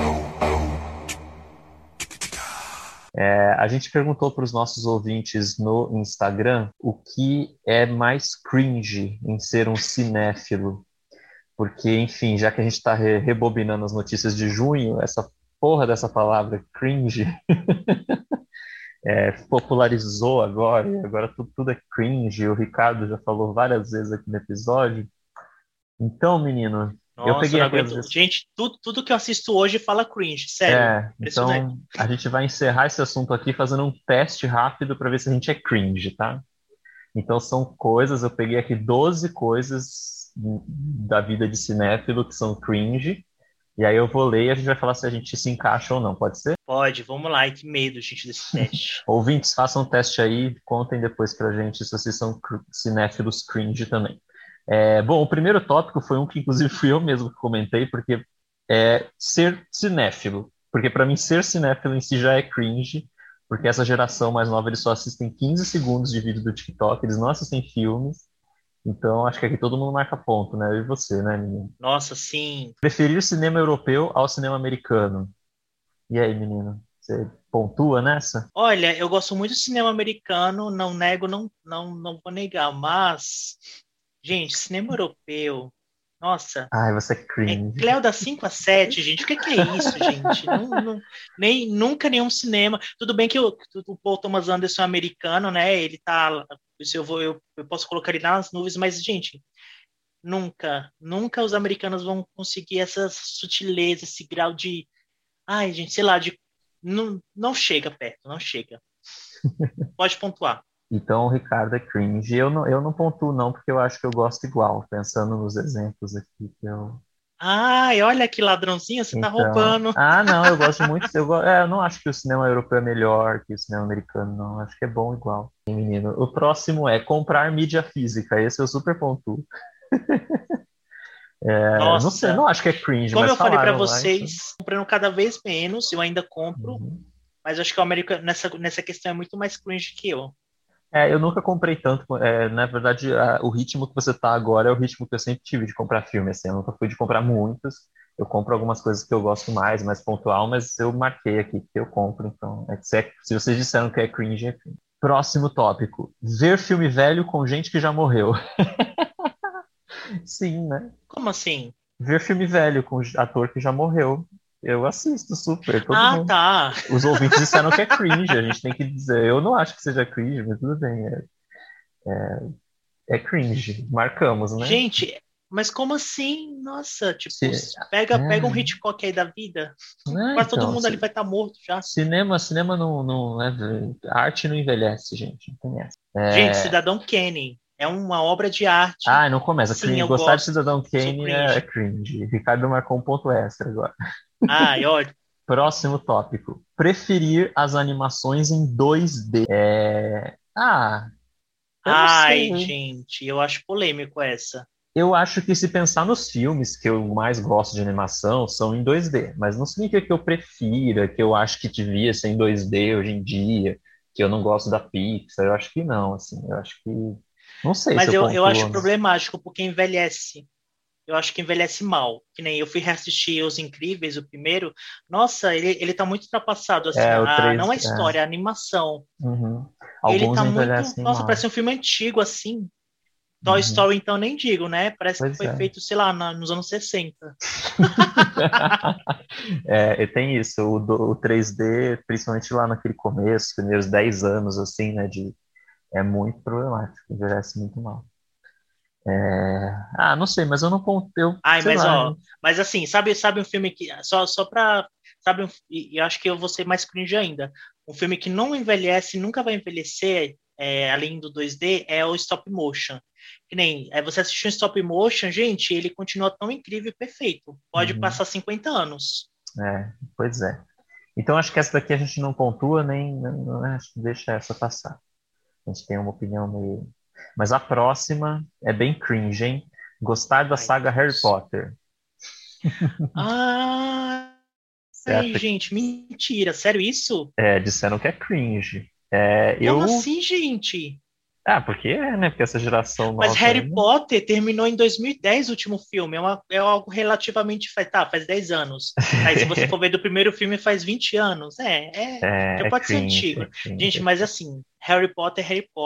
S1: A gente perguntou para os nossos ouvintes no Instagram o que é mais cringe em ser um cinéfilo. Porque, enfim, já que a gente está rebobinando as notícias de junho, essa porra dessa palavra cringe popularizou agora, e agora tudo é cringe. O Ricardo já falou várias vezes aqui no episódio. Então, menino, eu
S2: Nossa, eu
S1: peguei
S2: não
S1: aqui
S2: aguento. Gente, tudo que eu assisto hoje fala cringe, sério. Impressionante.
S1: então a gente vai encerrar esse assunto aqui fazendo um teste rápido para ver se a gente é cringe, tá? Então são coisas, eu peguei aqui 12 coisas da vida de cinéfilo que são cringe, e aí eu vou ler e a gente vai falar se a gente se encaixa ou não, pode ser?
S2: Pode, vamos lá. Ai, que medo, gente, desse teste.
S1: Ouvintes, façam um teste aí, contem depois pra gente se vocês são cinéfilos cringe também. Bom, o primeiro tópico foi um que inclusive fui eu mesmo que comentei, porque é ser cinéfilo. Porque para mim ser cinéfilo em si já é cringe, porque essa geração mais nova eles só assistem 15 segundos de vídeo do TikTok, eles não assistem filmes. Então acho que aqui todo mundo marca ponto, né? Eu e você, né, menino?
S2: Nossa, sim.
S1: Preferir cinema europeu ao cinema americano. E aí, menino? Você pontua nessa?
S2: Olha, eu gosto muito de cinema americano, não nego, não vou negar, mas, gente, cinema europeu, nossa,
S1: Ai, você é cringe.
S2: Cleo das 5 às 7, gente, o que é isso, gente? Nunca nenhum cinema. Tudo bem que o Paul Thomas Anderson é americano, né? Ele tá. Isso eu posso colocar ele nas nuvens, mas, gente, nunca os americanos vão conseguir essa sutileza, esse grau de. Ai, gente, sei lá, não chega perto, não chega. Pode pontuar.
S1: Então, o Ricardo é cringe. Eu não pontuo, não, porque eu acho que eu gosto igual, pensando nos exemplos aqui que eu.
S2: Ai, olha que ladrãozinho, você tá
S1: Então.
S2: roubando.
S1: Ah, não, eu gosto muito. Eu não acho que o cinema europeu é melhor que o cinema americano, não. Acho que é bom igual. Sim, menino. O próximo é comprar mídia física. Esse eu super pontuo. Não sei,
S2: Nossa,
S1: não acho que é cringe,
S2: como
S1: mas
S2: eu falei para
S1: falaram lá, então.
S2: vocês, comprando cada vez menos, eu ainda compro,
S1: Uhum.
S2: mas eu acho que o América nessa questão é muito mais cringe que eu.
S1: Eu nunca comprei tanto. Na verdade, o ritmo que você tá agora é o ritmo que eu sempre tive de comprar filme. Assim, eu nunca fui de comprar muitos. Eu compro algumas coisas que eu gosto mais pontual, mas eu marquei aqui que eu compro, então. Se vocês disseram que é cringe, é cringe. Próximo tópico. Ver filme velho com gente que já morreu. Sim, né?
S2: Como assim?
S1: Ver filme velho com ator que já morreu. Eu assisto super, todo
S2: Ah,
S1: mundo.
S2: tá.
S1: Os ouvintes disseram que é cringe, a gente tem que dizer. Eu não acho que seja cringe, mas tudo bem. É cringe. Marcamos, né?
S2: Gente, mas como assim? Nossa, tipo,
S1: Se,
S2: pega um Hitchcock aí da vida. Quase todo
S1: então,
S2: mundo ali vai estar morto já.
S1: cinema não é. Arte não envelhece, gente. Não tem essa.
S2: Gente, Cidadão Kane é uma obra de arte.
S1: Ah, não começa.
S2: Sim, eu
S1: Gostar de
S2: gosto.
S1: Cidadão
S2: Sou
S1: Kane é cringe. Ricardo marcou um ponto extra agora.
S2: Ai, olha.
S1: Próximo tópico. Preferir as animações em 2D. Eu não
S2: Ai,
S1: sei.
S2: gente, eu acho polêmico essa.
S1: Eu acho que se pensar nos filmes que eu mais gosto de animação, são em 2D. Mas não significa que eu prefira, que eu acho que devia ser em 2D hoje em dia, que eu não gosto da Pixar. Eu acho que não, assim. Eu acho que... Não sei se
S2: Mas
S1: eu
S2: eu acho
S1: pontuo.
S2: problemático porque envelhece. Eu acho que envelhece mal. Que nem eu fui reassistir Os Incríveis, o primeiro. Nossa, ele tá muito ultrapassado, assim.
S1: O 3.
S2: Não a história, a animação.
S1: Uhum.
S2: Ele
S1: Alguns
S2: tá muito.
S1: envelhecem
S2: Nossa,
S1: mal.
S2: parece um filme antigo, assim. Toy
S1: Uhum.
S2: Story, então, nem digo, né? Parece que
S1: Pois
S2: foi
S1: é.
S2: feito, sei lá, nos anos 60.
S1: E tem isso, o 3D, principalmente lá naquele começo, primeiros 10 anos, assim, né, é muito problemático, envelhece muito mal. Não sei, mas eu não eu,
S2: Ai,
S1: sei
S2: mas
S1: lá.
S2: ó, mas assim, sabe um filme que só pra, sabe, e eu acho que eu vou ser mais cringe ainda. Um filme que não envelhece, nunca vai envelhecer, além do 2D, é o stop motion. Que nem, você assistir um stop motion, gente, ele continua tão incrível e perfeito. Pode
S1: Uhum.
S2: passar 50 anos.
S1: Pois é. Então acho que essa daqui a gente não pontua, acho que deixa essa passar. A gente tem uma opinião meio... Mas a próxima é bem cringe, hein? Gostar da saga Harry Potter.
S2: Ai, gente, mentira, sério isso?
S1: Disseram que é cringe.
S2: Como assim, gente?
S1: Porque né? Porque essa geração
S2: Mas
S1: nova...
S2: Harry Potter terminou em 2010 o último filme. É algo relativamente... faz 10 anos. Aí se você for ver do primeiro filme, faz 20 anos. Já pode ser
S1: cringe,
S2: antigo.
S1: cringe.
S2: Gente, mas assim, Harry Potter...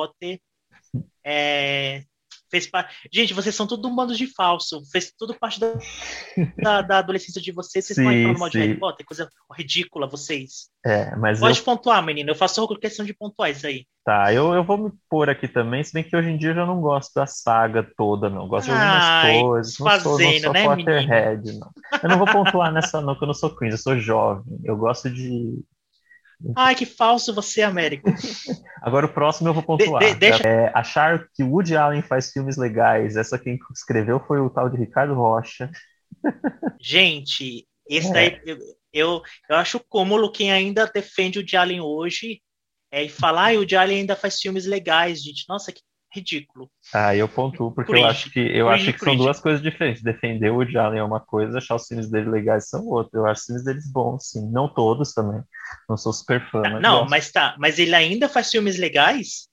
S2: Gente, vocês são tudo um bando de falso. Fez tudo parte da adolescência de vocês. Vocês estão aí falando mal de Harry Potter. Coisa ridícula, vocês.
S1: Mas
S2: Pode pontuar, menina. Eu faço questão de pontuar isso aí.
S1: Tá, eu vou me pôr aqui também, se bem que hoje em dia eu já não gosto da saga toda, não. Gosto de algumas coisas, não sou
S2: né,
S1: Potterhead, não. Eu não vou pontuar nessa não, que eu não sou cringe, eu sou jovem. Eu gosto de...
S2: Ai, que falso você, Américo.
S1: Agora o próximo eu vou pontuar. Achar que o Woody Allen faz filmes legais. Essa quem escreveu foi o tal de Ricardo Rocha.
S2: Gente, esse daí eu acho cômodo quem ainda defende o Woody Allen hoje e falar, o Woody Allen ainda faz filmes legais, gente. Nossa, que ridículo.
S1: Eu pontuo porque eu acho que são duas coisas diferentes. Defender o Woody Allen é uma coisa, achar os filmes dele legais são outra. Eu acho os filmes deles bons, sim. Não todos também. Não sou super fã.
S2: Mas ele ainda faz filmes legais?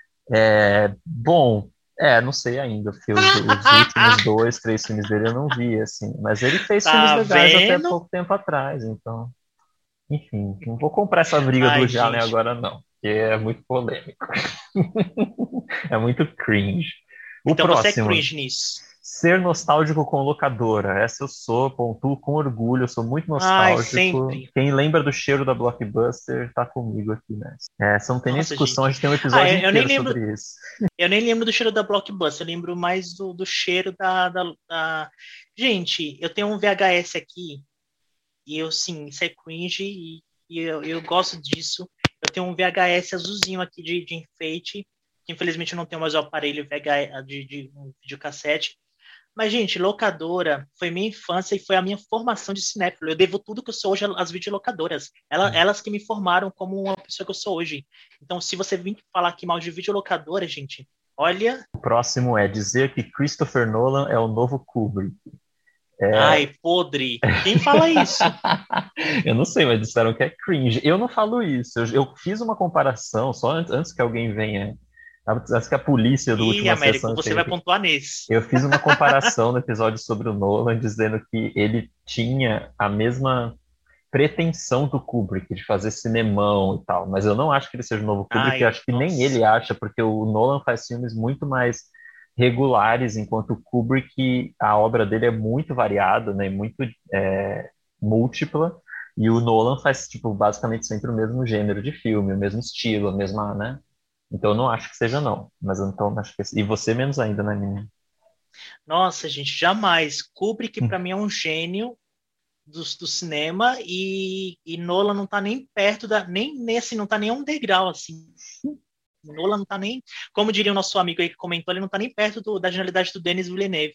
S1: Bom, não sei ainda, porque os últimos 2, 3 filmes dele eu não vi, assim. Mas ele fez filmes legais até pouco tempo atrás, então... Enfim, não vou comprar essa briga do Woody Allen agora, não. Porque é muito polêmico. É muito cringe.
S2: Então
S1: próximo,
S2: você é cringe nisso.
S1: Ser nostálgico com locadora. Essa eu sou, pontuo com orgulho, eu sou muito nostálgico.
S2: Sempre.
S1: Quem lembra do cheiro da Blockbuster tá comigo aqui, né? Essa não tem nem discussão, gente. A gente tem um episódio inteiro sobre isso.
S2: Eu nem lembro do cheiro da Blockbuster, eu lembro mais do cheiro da... Gente, eu tenho um VHS aqui, e isso é cringe, e eu gosto disso. Eu tenho um VHS azulzinho aqui de enfeite, que infelizmente eu não tenho mais o aparelho VHS de um videocassete. Mas, gente, locadora foi minha infância e foi a minha formação de cinéfilo. Eu devo tudo que eu sou hoje às videolocadoras. Elas que me formaram como uma pessoa que eu sou hoje. Então, se você vir falar aqui mal de videolocadora, gente, olha...
S1: O próximo é dizer que Christopher Nolan é o novo Kubrick.
S2: Ai, podre. Quem fala isso?
S1: Eu não sei, mas disseram que é cringe. Eu não falo isso. Eu fiz uma comparação, só antes que alguém venha Acho que a polícia do
S2: E,
S1: Última
S2: Américo,
S1: Sessão
S2: você vai pontuar nesse.
S1: eu fiz uma comparação no episódio sobre o Nolan, dizendo que ele tinha a mesma pretensão do Kubrick de fazer cinemão e tal, mas eu não acho que ele seja o novo Kubrick, eu
S2: Ai,
S1: acho que nem
S2: nossa.
S1: ele acha, porque o Nolan faz filmes muito mais regulares, enquanto o Kubrick, a obra dele é muito variada, né, muito múltipla, e o Nolan faz, tipo, basicamente sempre o mesmo gênero de filme, o mesmo estilo, a mesma, né? Então eu não acho que seja não, mas eu então acho que... E você menos ainda, né, menina?
S2: Nossa, gente, jamais. Kubrick, pra mim, é um gênio do cinema e Nolan não tá nem perto nem nesse, não tá nem a um degrau, assim. Nolan não tá nem, como diria o nosso amigo aí que comentou, ele não tá nem perto da genialidade do Denis Villeneuve.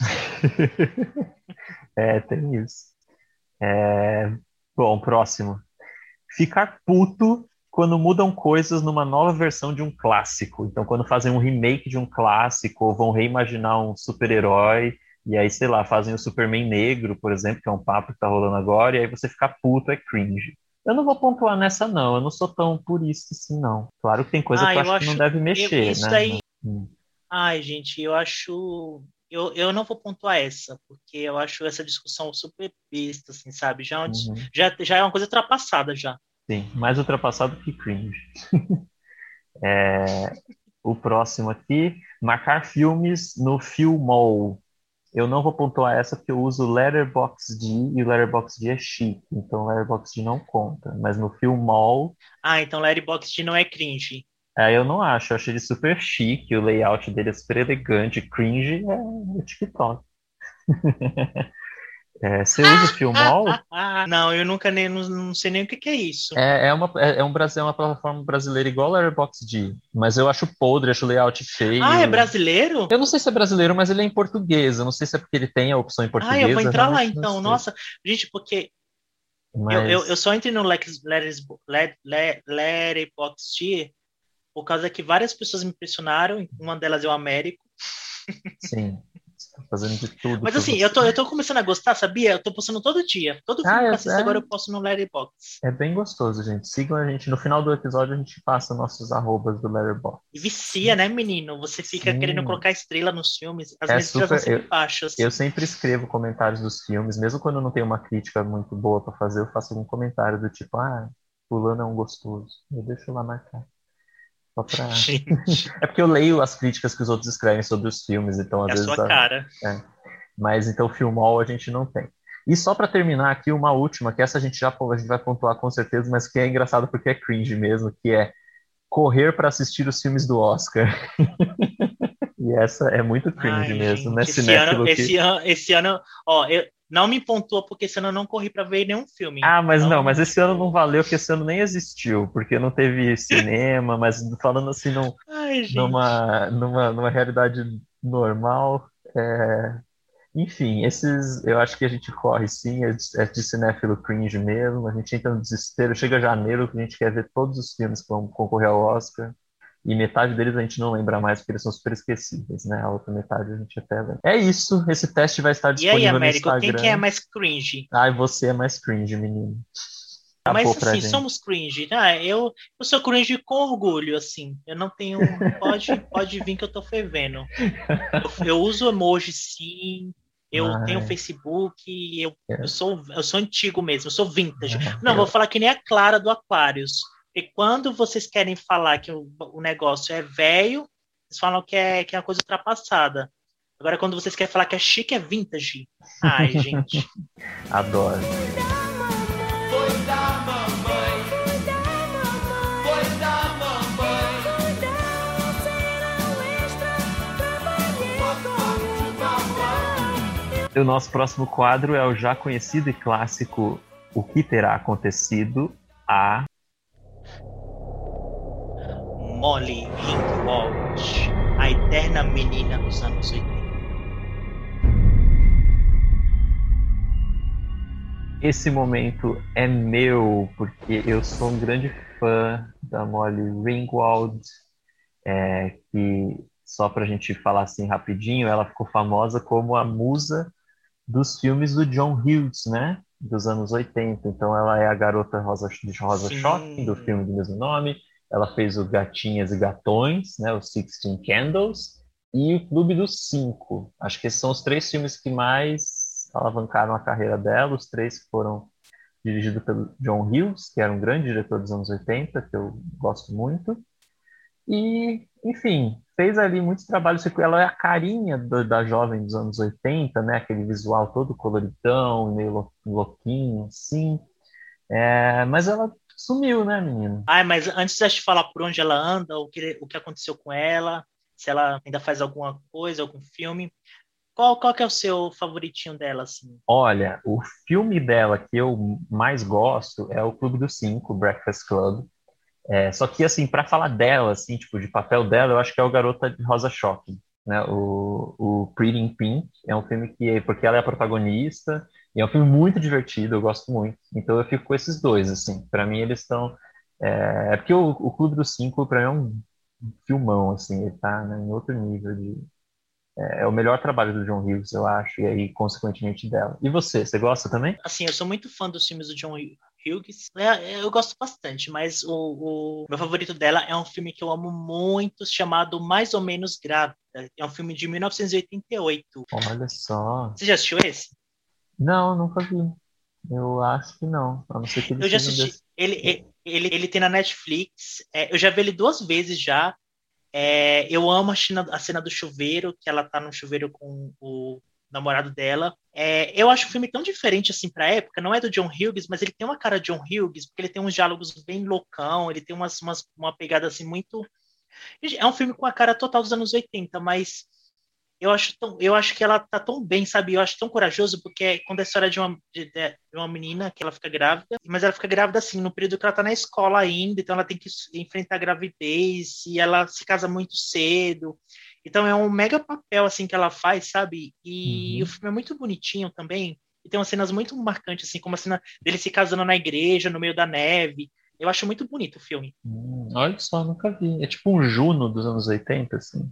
S1: Tem isso. Bom, próximo. Ficar puto quando mudam coisas numa nova versão de um clássico. Então, quando fazem um remake de um clássico, ou vão reimaginar um super-herói, e aí, sei lá, fazem o Superman negro, por exemplo, que é um papo que tá rolando agora, e aí você ficar puto, é cringe. Eu não vou pontuar nessa, não. Eu não sou tão purista assim, não. Claro que tem coisa
S2: Ah,
S1: que eu
S2: eu
S1: acho que não
S2: acho,
S1: deve mexer,
S2: isso
S1: né?
S2: daí,
S1: Hum,
S2: ai, gente, eu acho, eu não vou pontuar essa, porque eu acho essa discussão super besta, assim, sabe?
S1: uhum.
S2: Já é uma coisa ultrapassada já.
S1: Sim, mais ultrapassado que cringe. O próximo aqui, marcar filmes no Filmol. Eu não vou pontuar essa porque eu uso o Letterboxd e o Letterboxd é chique, então o Letterboxd não conta. Mas no Filmol,
S2: Ah, então Letterboxd não é cringe.
S1: eu não acho. Eu acho ele super chique, o layout dele é super elegante. Cringe é o TikTok. Você usa o Filmol?
S2: Não, eu nunca nem, não sei nem o que que é isso.
S1: É uma plataforma brasileira igual o Letterboxd, mas eu acho podre, acho o layout
S2: Ah, é
S1: feio.
S2: brasileiro?
S1: Eu não sei se é brasileiro, mas ele é em português. Eu não sei se é porque ele tem a opção em
S2: Ah, eu vou
S1: português, eu
S2: entrar lá
S1: realmente não
S2: então.
S1: sei.
S2: Nossa, gente, porque eu
S1: Mas,
S2: só entrei no Letterboxd por causa que várias pessoas me impressionaram. Uma delas é o Américo.
S1: sim, estou fazendo de tudo
S2: Mas
S1: por
S2: assim,
S1: você.
S2: eu tô começando a gostar, sabia? Eu tô postando todo dia. Todo
S1: Ah,
S2: filme que eu assisto agora eu posto no Letterboxd.
S1: é bem gostoso, gente. Sigam a gente. No final do episódio, a gente passa nossos arrobas do
S2: E
S1: Letterboxd.
S2: vicia, né, menino? Você fica querendo
S1: Sim,
S2: colocar estrela nos filmes. As
S1: é
S2: minhas estrelas são
S1: super.
S2: sempre baixas.
S1: Eu sempre escrevo comentários dos filmes, mesmo quando eu não tenho uma crítica muito boa para fazer, eu faço algum comentário do tipo, fulano é um gostoso. Eu deixo lá marcar. Só pra...
S2: Gente,
S1: É porque eu leio as críticas que os outros escrevem sobre os filmes, então
S2: é
S1: às
S2: a
S1: vezes.
S2: sua cara.
S1: É. Mas então Filmol a gente não tem. E só para terminar aqui, uma última, que essa a gente vai pontuar com certeza, mas que é engraçado porque é cringe mesmo, que é correr para assistir os filmes do Oscar. E essa é muito cringe
S2: Ai,
S1: mesmo, né?
S2: gente,
S1: Cinéfilo que.
S2: esse ano, ó, não me pontua porque esse ano eu não corri pra ver nenhum filme.
S1: Mas não, mas
S2: Então,
S1: esse ano não
S2: tipo,
S1: valeu, porque esse ano nem existiu, porque não teve cinema, mas falando assim
S2: ai, gente.
S1: numa realidade normal, enfim, eu acho que a gente corre sim, é de cinéfilo cringe mesmo, a gente entra no desespero, chega janeiro que a gente quer ver todos os filmes que vão concorrer ao Oscar, e metade deles a gente não lembra mais porque eles são super esquecíveis, né? A outra metade a gente até lembra. É isso, esse teste vai estar
S2: E aí,
S1: disponível no
S2: Américo, quem que é
S1: Instagram.
S2: mais cringe?
S1: Ai, você é mais cringe, menino. Acabou
S2: Mas
S1: pra
S2: assim,
S1: gente.
S2: somos cringe. Eu sou cringe com orgulho, assim. Eu não tenho. Pode vir que eu tô fervendo. Eu uso emoji, sim. Eu tenho
S1: Ai,
S2: Facebook.
S1: é,
S2: Eu sou antigo mesmo. Eu sou vintage. Não, vou
S1: eu,
S2: falar que nem a Clara do Aquarius. E quando vocês querem falar que o negócio é velho, vocês falam que é uma coisa ultrapassada. Agora, quando vocês querem falar que é chique, é vintage. Ai, gente.
S1: adoro.
S4: Foi da mamãe, foi da mamãe.
S1: E o nosso próximo quadro é o já conhecido e clássico O que terá acontecido a...
S2: Molly Ringwald, a eterna menina dos anos 80.
S1: Esse momento é meu, porque eu sou um grande fã da Molly Ringwald, que, só pra gente falar assim rapidinho, ela ficou famosa como a musa dos filmes do John Hughes, né? Dos anos 80. Então ela é a garota de Rosa Choque, do filme
S2: Sim.
S1: do mesmo nome. Ela fez o Gatinhas e Gatões, né, o Sixteen Candles, e o Clube dos Cinco. Acho que esses são os três filmes que mais alavancaram a carreira dela. Os três foram dirigidos pelo John Hughes, que era um grande diretor dos anos 80, que eu gosto muito. E, enfim, fez ali muitos trabalhos. Ela é a carinha da jovem dos anos 80, né? Aquele visual todo coloridão, meio louquinho, assim. Mas ela sumiu, né, menina?
S2: Ai, mas antes de te falar por onde ela anda, o que aconteceu com ela, se ela ainda faz alguma coisa, algum filme, qual que é o seu favoritinho dela, assim?
S1: Olha, o filme dela que eu mais gosto é o Clube dos Cinco, Breakfast Club. Só que, assim, para falar dela, assim, tipo, de papel dela, eu acho que é o Garota de Rosa Choque, né? O Pretty in Pink é um filme porque ela é a protagonista, e é um filme muito divertido, eu gosto muito. Então eu fico com esses dois, assim. Para mim eles estão... porque o Clube dos Cinco, para mim, é um filmão, assim. Ele tá, né, em outro nível é o melhor trabalho do John Hughes, eu acho, e aí, consequentemente, dela. E você gosta também?
S2: Assim, eu sou muito fã dos filmes do John Hughes. Eu gosto bastante, mas o meu favorito dela é um filme que eu amo muito, chamado Mais ou Menos Grávida. É um filme de 1988.
S1: Olha só.
S2: Você já assistiu esse?
S1: Não, nunca vi. Eu acho que não, a não ser que ele
S2: Eu já
S1: seja
S2: assisti. Ele tem na Netflix. Eu já vi ele 2 vezes já. Eu amo a cena do chuveiro, que ela tá no chuveiro com o namorado dela. Eu acho o filme tão diferente assim pra época. Não é do John Hughes, mas ele tem uma cara de John Hughes, porque ele tem uns diálogos bem loucão, ele tem uma pegada assim muito... É um filme com a cara total dos anos 80, mas eu acho que ela tá tão bem, sabe? Eu acho tão corajoso, porque conta a história de uma menina que ela fica grávida, mas ela fica grávida assim, no período que ela tá na escola ainda, então ela tem que enfrentar a gravidez, e ela se casa muito cedo. Então é um mega papel assim que ela faz, sabe? E o filme é muito bonitinho também, e tem umas cenas muito marcantes, assim, como a cena dele se casando na igreja, no meio da neve. Eu acho muito bonito o filme.
S1: Olha só, nunca vi. É tipo um Juno dos anos 80, assim.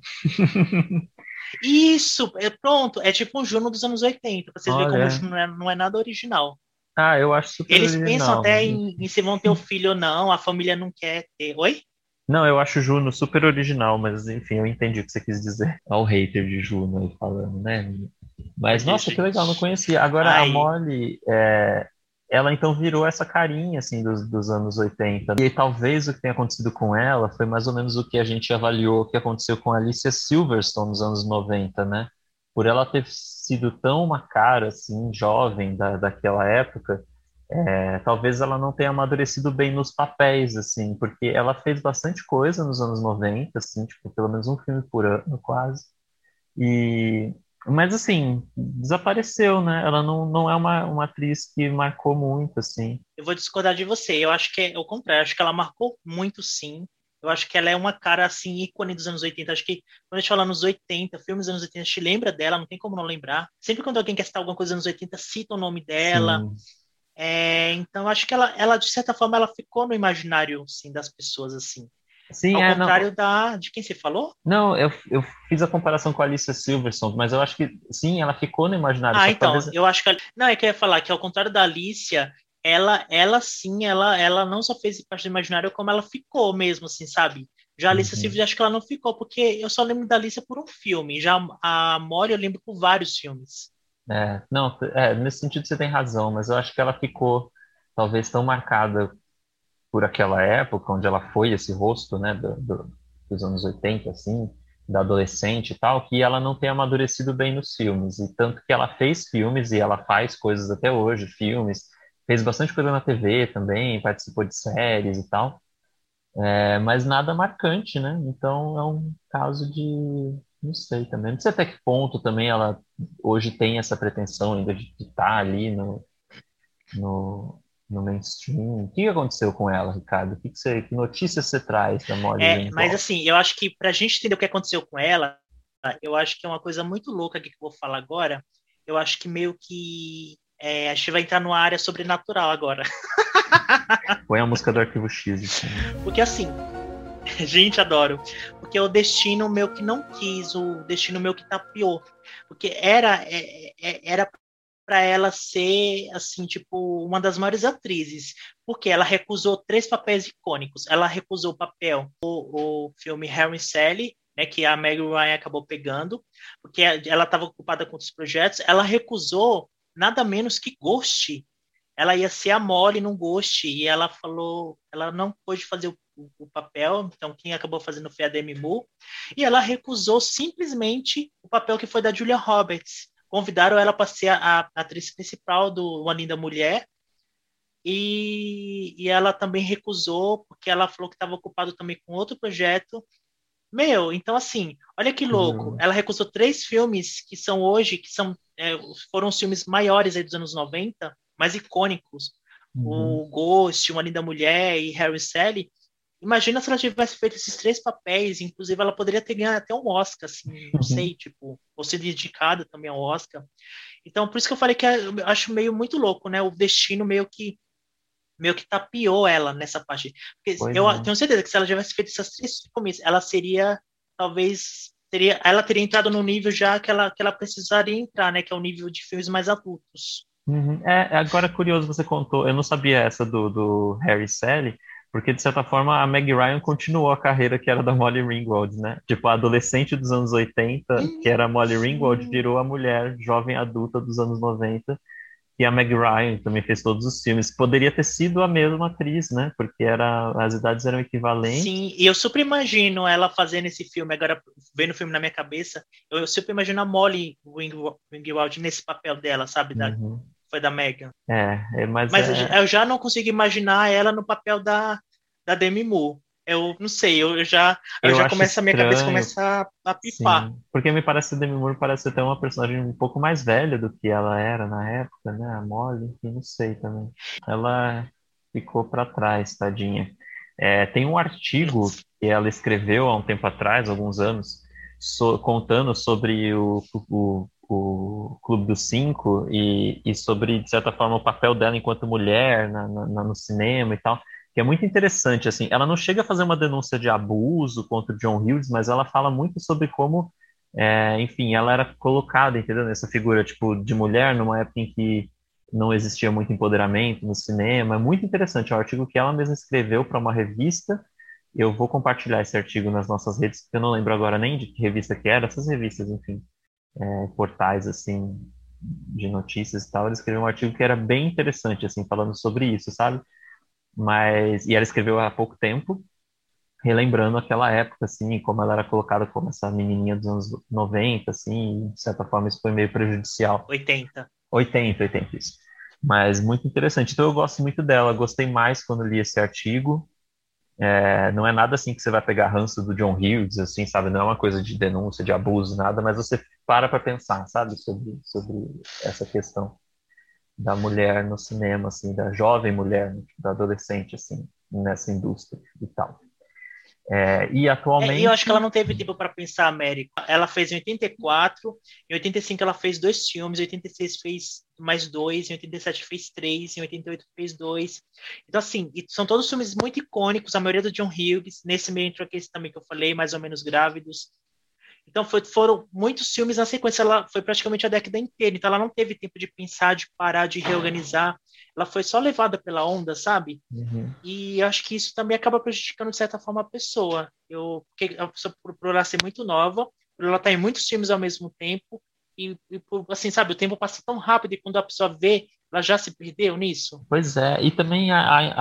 S2: Isso, pronto, é tipo um Juno dos anos 80, pra vocês verem como o
S1: Olha.
S2: Juno não é nada original.
S1: Eu acho super
S2: Eles pensam
S1: original.
S2: até em se vão ter o filho ou não, a família não quer ter. Oi?
S1: Não, eu acho Juno super original, mas enfim, eu entendi o que você quis dizer. Olha o hater de Juno aí falando, né? Mas,
S2: Olha,
S1: nossa, que
S2: gente.
S1: legal, não conhecia. Agora, a
S2: Ai,
S1: Molly, ela então virou essa carinha, assim, dos anos 80. E talvez o que tenha acontecido com ela foi mais ou menos o que a gente avaliou que aconteceu com a Alicia Silverstone nos anos 90, né? Por ela ter sido tão uma cara, assim, jovem daquela época, talvez ela não tenha amadurecido bem nos papéis, assim, porque ela fez bastante coisa nos anos 90, assim, tipo, pelo menos um filme por ano, quase. E, mas, assim, desapareceu, né? Ela não é uma atriz que marcou muito, assim.
S2: eu vou discordar de você. Eu acho que é o contrário. Eu acho que ela marcou muito, sim. Eu acho que ela é uma cara, assim, ícone dos anos 80. Acho que quando a gente fala nos 80, filmes dos anos 80, a gente lembra dela, não tem como não lembrar. Sempre quando alguém quer citar alguma coisa dos anos 80, cita o nome dela.
S1: Sim,
S2: Então, acho que ela, de certa forma, ela ficou no imaginário, assim, das pessoas, assim.
S1: sim,
S2: Ao
S1: não.
S2: contrário de quem você falou?
S1: Não, eu fiz a comparação com a Alicia Silverstone, mas eu acho que, sim, ela ficou no imaginário, só que
S2: Então,
S1: talvez...
S2: eu acho que... Não, é que eu ia falar que ao contrário da Alicia, ela sim, ela não só fez parte do imaginário, como ela ficou mesmo, assim, sabe? Já a Alicia
S1: Uhum.
S2: Silverstone, acho que ela não ficou, porque eu só lembro da Alicia por um filme. Já a Mori eu lembro por vários filmes.
S1: Não, nesse sentido você tem razão, mas eu acho que ela ficou talvez tão marcada por aquela época, onde ela foi esse rosto, né, dos anos 80, assim, da adolescente e tal, que ela não tem amadurecido bem nos filmes. E tanto que ela fez filmes e ela faz coisas até hoje, filmes, fez bastante coisa na TV também, participou de séries e tal, mas nada marcante, né? Então é um caso de, não sei também, não sei até que ponto também ela hoje tem essa pretensão ainda de estar ali no, no mainstream. O que aconteceu com ela, Ricardo? Que notícias você traz da Molly
S2: Mas
S1: Ringwald?
S2: assim, eu acho que pra gente entender o que aconteceu com ela, eu acho que é uma coisa muito louca aqui que eu vou falar agora. Eu acho que meio que a gente vai entrar numa área sobrenatural agora.
S1: Põe a música do Arquivo X, assim.
S2: Porque assim, gente, adoro. Porque é o destino meu que não quis, o destino meu que tapeou. Porque era para ela ser, assim, tipo, uma das maiores atrizes, porque ela recusou 3 papéis icônicos. Ela recusou o papel o filme Harry e Sally, né, que a Meg Ryan acabou pegando, porque ela estava ocupada com outros projetos. Ela recusou nada menos que Ghost. Ela ia ser a Molly num Ghost, e ela falou, ela não pôde fazer o papel, então quem acabou fazendo foi a Demi Moore, e ela recusou simplesmente o papel que foi da Julia Roberts. Convidaram ela para ser a atriz principal do Uma Linda Mulher, e ela também recusou, porque ela falou que estava ocupada também com outro projeto. Meu, então assim, olha que louco. Ela recusou 3 filmes que são hoje, foram os filmes maiores aí dos anos 90, mais icônicos.
S1: Uhum.
S2: O Ghost, Uma Linda Mulher e Harry e Sally. Imagina se ela tivesse feito esses 3 papéis, inclusive ela poderia ter ganhado até um Oscar, assim, não sei, tipo, ou ser dedicada também ao Oscar. Então, por isso que eu falei que eu acho meio muito louco, né? O destino meio que tapeou ela nessa parte. Porque
S1: Pois
S2: eu
S1: é.
S2: tenho certeza que se ela tivesse feito essas 3 filmes, ela seria, talvez, ela teria entrado no nível já que ela precisaria entrar, né? Que é o nível de filmes mais adultos.
S1: Uhum. Agora é curioso, você contou, eu não sabia essa do Harry e Sally, porque de certa forma a Meg Ryan continuou a carreira que era da Molly Ringwald, né? Tipo, a adolescente dos anos 80, que era a Molly Ringwald,
S2: Sim.
S1: virou a mulher jovem adulta dos anos 90, e a Meg Ryan também fez todos os filmes. Poderia ter sido a mesma atriz, né? Porque as idades eram equivalentes.
S2: Sim, e eu super imagino ela fazendo esse filme, agora vendo o filme na minha cabeça, eu super imagino a Molly Ringwald nesse papel dela, sabe?
S1: Uhum.
S2: Foi da Megan.
S1: Mas
S2: Mas eu já não consigo imaginar ela no papel da Demi Moore. Eu não sei, eu
S1: eu
S2: já
S1: acho
S2: começa, a minha cabeça
S1: estranho.
S2: começa a pifar.
S1: Sim, porque me parece que a Demi Moore parece até uma personagem um pouco mais velha do que ela era na época, né? A Molly, enfim, não sei também. Ela ficou para trás, tadinha. Tem um artigo que ela escreveu há um tempo atrás, alguns anos, contando sobre o Clube dos Cinco e sobre, de certa forma, o papel dela enquanto mulher no cinema e tal, que é muito interessante, assim, ela não chega a fazer uma denúncia de abuso contra o John Hughes, mas ela fala muito sobre como, enfim, ela era colocada, entendeu, nessa figura, tipo, de mulher, numa época em que não existia muito empoderamento no cinema. É muito interessante, é um artigo que ela mesma escreveu para uma revista. Eu vou compartilhar esse artigo nas nossas redes, porque eu não lembro agora nem de que revista que era, essas revistas, enfim, portais, assim, de notícias e tal. Ela escreveu um artigo que era bem interessante, assim, falando sobre isso, sabe? E ela escreveu há pouco tempo, relembrando aquela época, assim, como ela era colocada como essa menininha dos anos 90, assim, e, de certa forma isso foi meio prejudicial.
S2: 80.
S1: 80, isso. Mas muito interessante. Então eu gosto muito dela, gostei mais quando li esse artigo. Não é nada assim que você vai pegar ranço do John Hughes, assim, sabe? Não é uma coisa de denúncia, de abuso, nada, mas você para pensar, sabe? Sobre essa questão da mulher no cinema, assim, da jovem mulher, da adolescente, assim, nessa indústria e tal. E
S2: E eu
S1: atualmente,
S2: acho que ela não teve tempo para pensar, América. Ela fez em 84, em 85 ela fez 2 filmes, em 86 fez mais 2, em 87 fez 3, em 88 fez 2. Então, assim, são todos filmes muito icônicos, a maioria do John Hughes, nesse meio entrou aquele também que eu falei, Mais ou Menos Grávidos. Então foram muitos filmes na sequência, ela foi praticamente a década inteira, então ela não teve tempo de pensar, de parar, de reorganizar, ela foi só levada pela onda, sabe?
S1: uhum,
S2: E acho que isso também acaba prejudicando, de certa forma, a pessoa. Porque a pessoa, por ela ser muito nova, por ela estar em muitos filmes ao mesmo tempo, assim, sabe, o tempo passa tão rápido e quando a pessoa vê, ela já se perdeu nisso.
S1: pois é, e também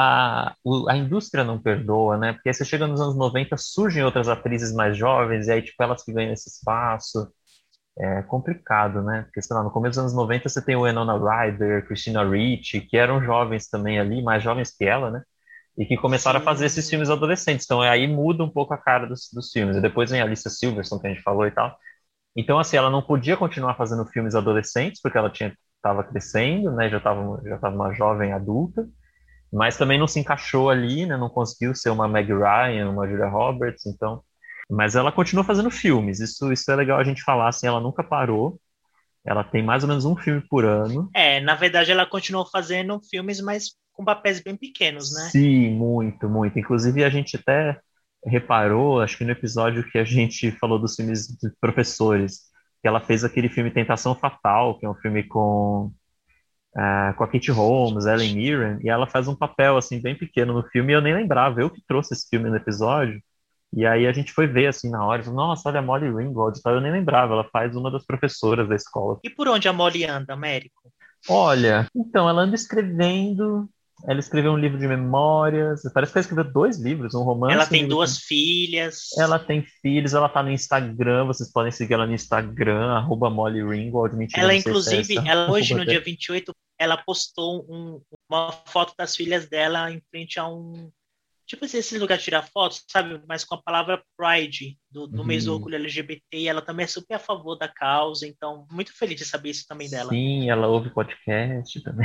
S1: a indústria não perdoa, né? Porque aí você chega nos anos 90, surgem outras atrizes mais jovens, e aí, tipo, elas que ganham esse espaço. É complicado, né? Porque, sei lá, no começo dos anos 90 você tem o Winona Ryder, Christina Ricci, que eram jovens também ali, mais jovens que ela, né? E que começaram a fazer esses
S2: Sim,
S1: filmes adolescentes. Então aí muda um pouco a cara dos filmes. E depois vem a Alicia Silverstone, que a gente falou e tal. Então, assim, ela não podia continuar fazendo filmes adolescentes, porque ela estava crescendo, né? Já tava uma jovem adulta. Mas também não se encaixou ali, né? Não conseguiu ser uma Meg Ryan, uma Julia Roberts, então... Mas ela continua fazendo filmes, isso é legal a gente falar, assim, ela nunca parou, ela tem mais ou menos um filme por ano.
S2: na verdade ela continuou fazendo filmes, mas com papéis bem pequenos, né?
S1: Sim, muito, muito. Inclusive, a gente até reparou, acho que no episódio que a gente falou dos filmes de professores, que ela fez aquele filme Tentação Fatal, que é um filme com com a Katie Holmes, Ellen Mirren, e ela faz um papel, assim, bem pequeno no filme, e eu nem lembrava, eu que trouxe esse filme no episódio, e aí a gente foi ver, assim, na hora, e falou, nossa, olha a Molly Ringwald e tal, eu nem lembrava, ela faz uma das professoras da escola.
S2: E por onde a Molly anda, Américo?
S1: Olha, então, ela anda escrevendo, ela escreveu um livro de memórias, parece que ela escreveu 2 livros, um
S2: Ela
S1: romance e um
S2: tem
S1: livro de...
S2: 2 filhas.
S1: Ela tem filhos, ela tá no Instagram, vocês podem seguir ela no Instagram, @Molly Ringwald, mentira,
S2: Ela,
S1: não sei se é
S2: inclusive,
S1: essa
S2: ela hoje,
S1: arroba
S2: no dia
S1: dela.
S2: 28, ela postou uma foto das filhas dela em frente a um. Tipo assim, esse lugar de tirar fotos, sabe? Mas com a palavra Pride, do mês do
S1: Uhum.
S2: orgulho LGBT. E ela também é super a favor da causa. Então, muito feliz de saber isso também dela.
S1: Sim, ela ouve podcast também.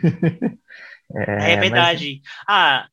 S2: É
S1: Mas
S2: verdade. Ah,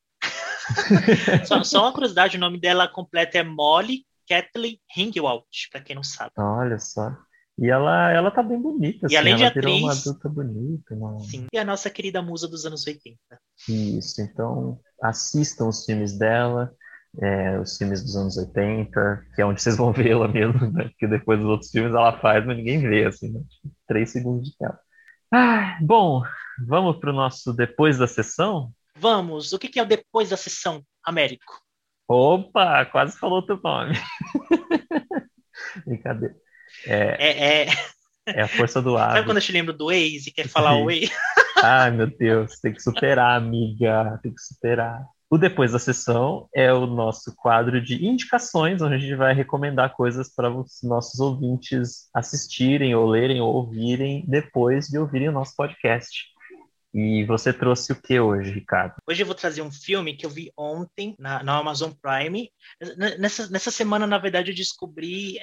S2: só uma curiosidade: o nome dela completo é Molly Kathleen Ringwald, para quem não sabe.
S1: olha só. E ela tá bem bonita,
S2: E
S1: assim,
S2: além de
S1: ela virou uma
S2: atriz,
S1: adulta bonita, né?
S2: sim, é a nossa querida musa dos anos 80.
S1: Isso, então assistam os filmes dela, os filmes dos anos 80, que é onde vocês vão vê-la mesmo, né? Porque depois dos outros filmes ela faz, mas ninguém vê, assim, né? Tipo, 3 segundos de tela. Ah, bom, vamos pro nosso depois da sessão?
S2: Vamos, o que é o depois da sessão, Américo?
S1: Opa, quase falou o teu nome. Brincadeira. É,
S2: É, é...
S1: é a força do
S2: Sabe quando
S1: hábito.
S2: eu te lembro do ex e quer falar o ex?
S1: Ai, meu Deus, tem que superar, amiga, tem que superar. O Depois da Sessão é o nosso quadro de indicações, onde a gente vai recomendar coisas para os nossos ouvintes assistirem, ou lerem, ou ouvirem depois de ouvirem o nosso podcast. E você trouxe o que hoje, Ricardo?
S2: Hoje eu vou trazer um filme que eu vi ontem na Amazon Prime. Nessa semana, na verdade, eu descobri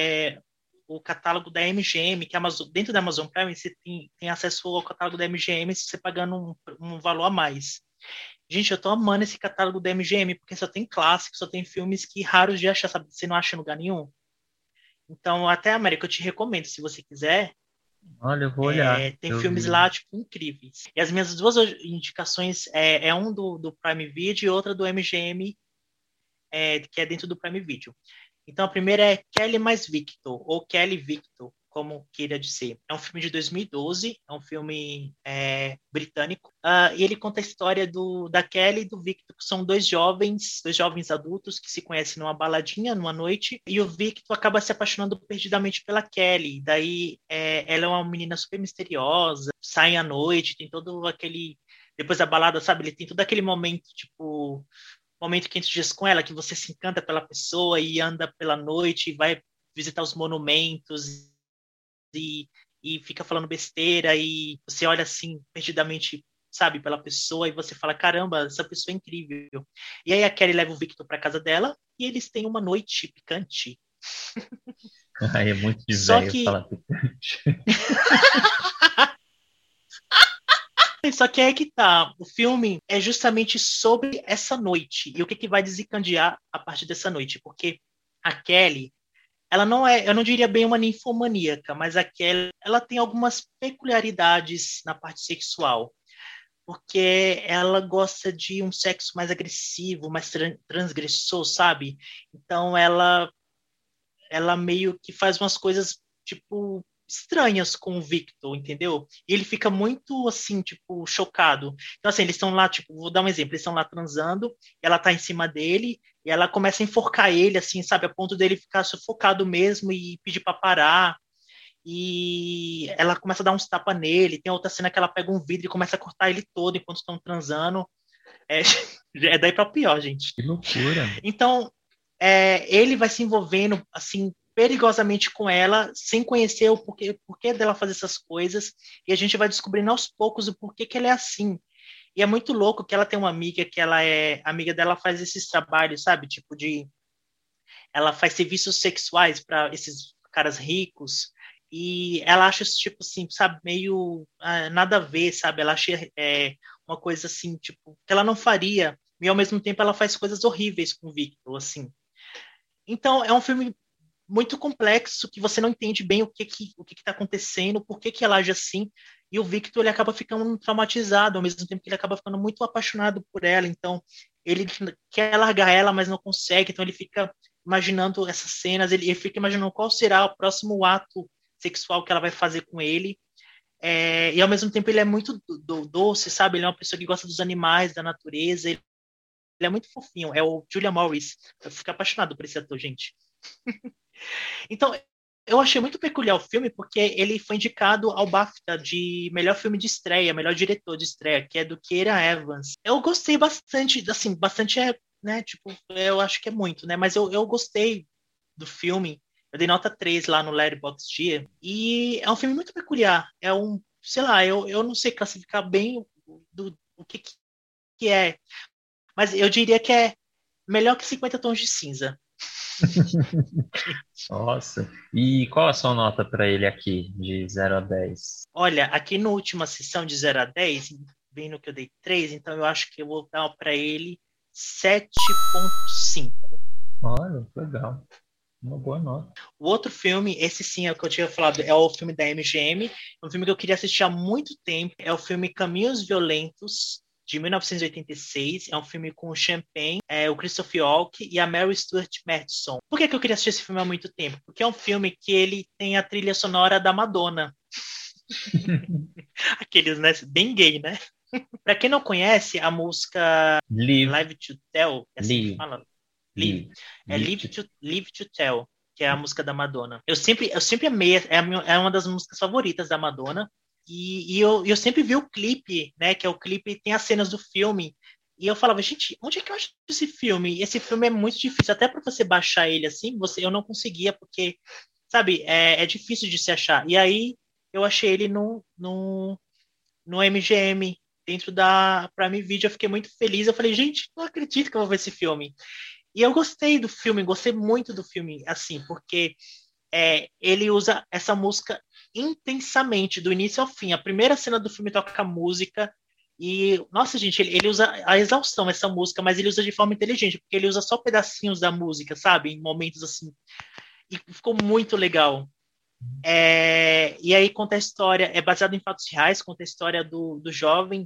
S2: o catálogo da MGM, que dentro da Amazon Prime você tem acesso ao catálogo da MGM se você pagando um valor a mais. Gente, eu tô amando esse catálogo da MGM, porque só tem clássicos, só tem filmes que raros de achar, sabe? Você não acha em lugar nenhum. Então, até, América, eu te recomendo, se você quiser.
S1: Olha, eu vou olhar.
S2: Tem
S1: Eu
S2: filmes
S1: vi.
S2: lá, tipo, incríveis. E as minhas duas indicações um do Prime Video e outra do MGM, que é dentro do Prime Video. Então, a primeira é Kelly mais Victor, ou Kelly Victor, como queira dizer. É um filme de 2012, é um filme britânico, e ele conta a história da Kelly e do Victor, que são dois jovens adultos que se conhecem numa baladinha, numa noite, e o Victor acaba se apaixonando perdidamente pela Kelly. Daí, ela é uma menina super misteriosa, sai à noite, tem todo aquele... Depois da balada, sabe? Ele tem todo aquele momento, tipo momento que a gente diz com ela, que você se encanta pela pessoa e anda pela noite e vai visitar os monumentos e fica falando besteira e você olha assim, perdidamente, sabe, pela pessoa e você fala, caramba, essa pessoa é incrível. E aí a Kelly leva o Victor para casa dela e eles têm uma noite picante.
S1: Ai, é muito de
S2: Só
S1: velho
S2: que
S1: falar picante.
S2: Só que é que tá. O filme é justamente sobre essa noite e o que vai desencadear a partir dessa noite, porque a Kelly, ela não é, eu não diria bem uma ninfomaníaca, mas a Kelly, ela tem algumas peculiaridades na parte sexual, porque ela gosta de um sexo mais agressivo, mais transgressor, sabe? Então ela meio que faz umas coisas tipo estranhas com o Victor, entendeu? E ele fica muito assim, tipo, chocado. Então assim, eles estão lá, tipo, vou dar um exemplo, eles estão lá transando, ela tá em cima dele e ela começa a enforcar ele assim, sabe, a ponto dele ficar sufocado mesmo e pedir para parar. E ela começa a dar uns tapas nele. Tem outra cena que ela pega um vidro e começa a cortar ele todo enquanto estão transando. É, é daí para pior, gente.
S1: Que loucura.
S2: Então, ele vai se envolvendo assim perigosamente com ela, sem conhecer o porquê dela fazer essas coisas, e a gente vai descobrindo aos poucos o porquê que ela é assim. E é muito louco que ela tem uma amiga que ela amiga dela faz esses trabalhos, sabe? Tipo ela faz serviços sexuais para esses caras ricos, e ela acha isso, tipo assim, sabe, meio nada a ver, sabe? Ela acha uma coisa assim, tipo, que ela não faria, e ao mesmo tempo ela faz coisas horríveis com o Victor, assim. Então, é um filme muito complexo, que você não entende bem o que está acontecendo, por que ela age assim, e o Victor ele acaba ficando traumatizado, ao mesmo tempo que ele acaba ficando muito apaixonado por ela, então ele quer largar ela, mas não consegue, então ele fica imaginando essas cenas, ele fica imaginando qual será o próximo ato sexual que ela vai fazer com ele. E ao mesmo tempo ele é muito doce, sabe? Ele é uma pessoa que gosta dos animais, da natureza. Ele é muito fofinho. É o Julia Morris. Eu fico apaixonado por esse ator, gente. Então, eu achei muito peculiar o filme porque ele foi indicado ao BAFTA de melhor filme de estreia, melhor diretor de estreia, que é do Kieran Evans. Eu gostei bastante, assim, bastante né, tipo, eu acho que é muito, né, mas eu gostei do filme. Eu dei nota 3 lá no Letterboxd e é um filme muito peculiar. É sei lá, eu não sei classificar bem o que é, mas eu diria que é melhor que 50 Tons de Cinza.
S1: Nossa. E qual a sua nota para ele aqui, de 0 a 10?
S2: Olha, aqui na última sessão de 0 a 10, vendo que eu dei 3, então eu acho que eu vou dar para ele 7,5.
S1: Olha, legal. Uma boa nota.
S2: O outro filme, esse sim é o que eu tinha falado, é o filme da MGM, é um filme que eu queria assistir há muito tempo, é o filme Caminhos Violentos, de 1986, é um filme com o Champagne, o Christopher Walken e a Mary Stuart Mathison. Por que eu queria assistir esse filme há muito tempo? Porque é um filme que ele tem a trilha sonora da Madonna. Aqueles, né? Bem gay, né? Pra quem não conhece, a música Live to Tell, é assim que fala? Live to Tell, que é a música da Madonna. Eu sempre amei, é uma das músicas favoritas da Madonna. E eu sempre vi o clipe, né? Que é o clipe, tem as cenas do filme. E eu falava, gente, onde é que eu acho esse filme? Esse filme é muito difícil, até para você baixar ele assim, eu não conseguia, porque, sabe, é difícil de se achar. E aí eu achei ele no MGM, dentro da Prime Video. Eu fiquei muito feliz. Eu falei, gente, não acredito que eu vou ver esse filme. E eu gostei do filme, gostei muito do filme, assim, porque ele usa essa música intensamente, do início ao fim. A primeira cena do filme toca a música e, nossa, gente, ele usa a exaustão essa música, mas ele usa de forma inteligente, porque ele usa só pedacinhos da música, sabe? Em momentos assim. E ficou muito legal. E aí conta a história, é baseado em fatos reais, conta a história do jovem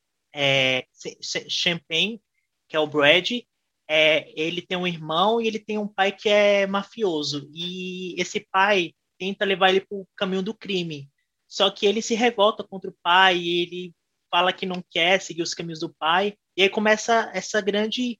S2: Champagne, que é o Brad. Ele tem um irmão e ele tem um pai que é mafioso. E esse pai tenta levar ele para o caminho do crime. Só que ele se revolta contra o pai, e ele fala que não quer seguir os caminhos do pai. E aí começa essa grande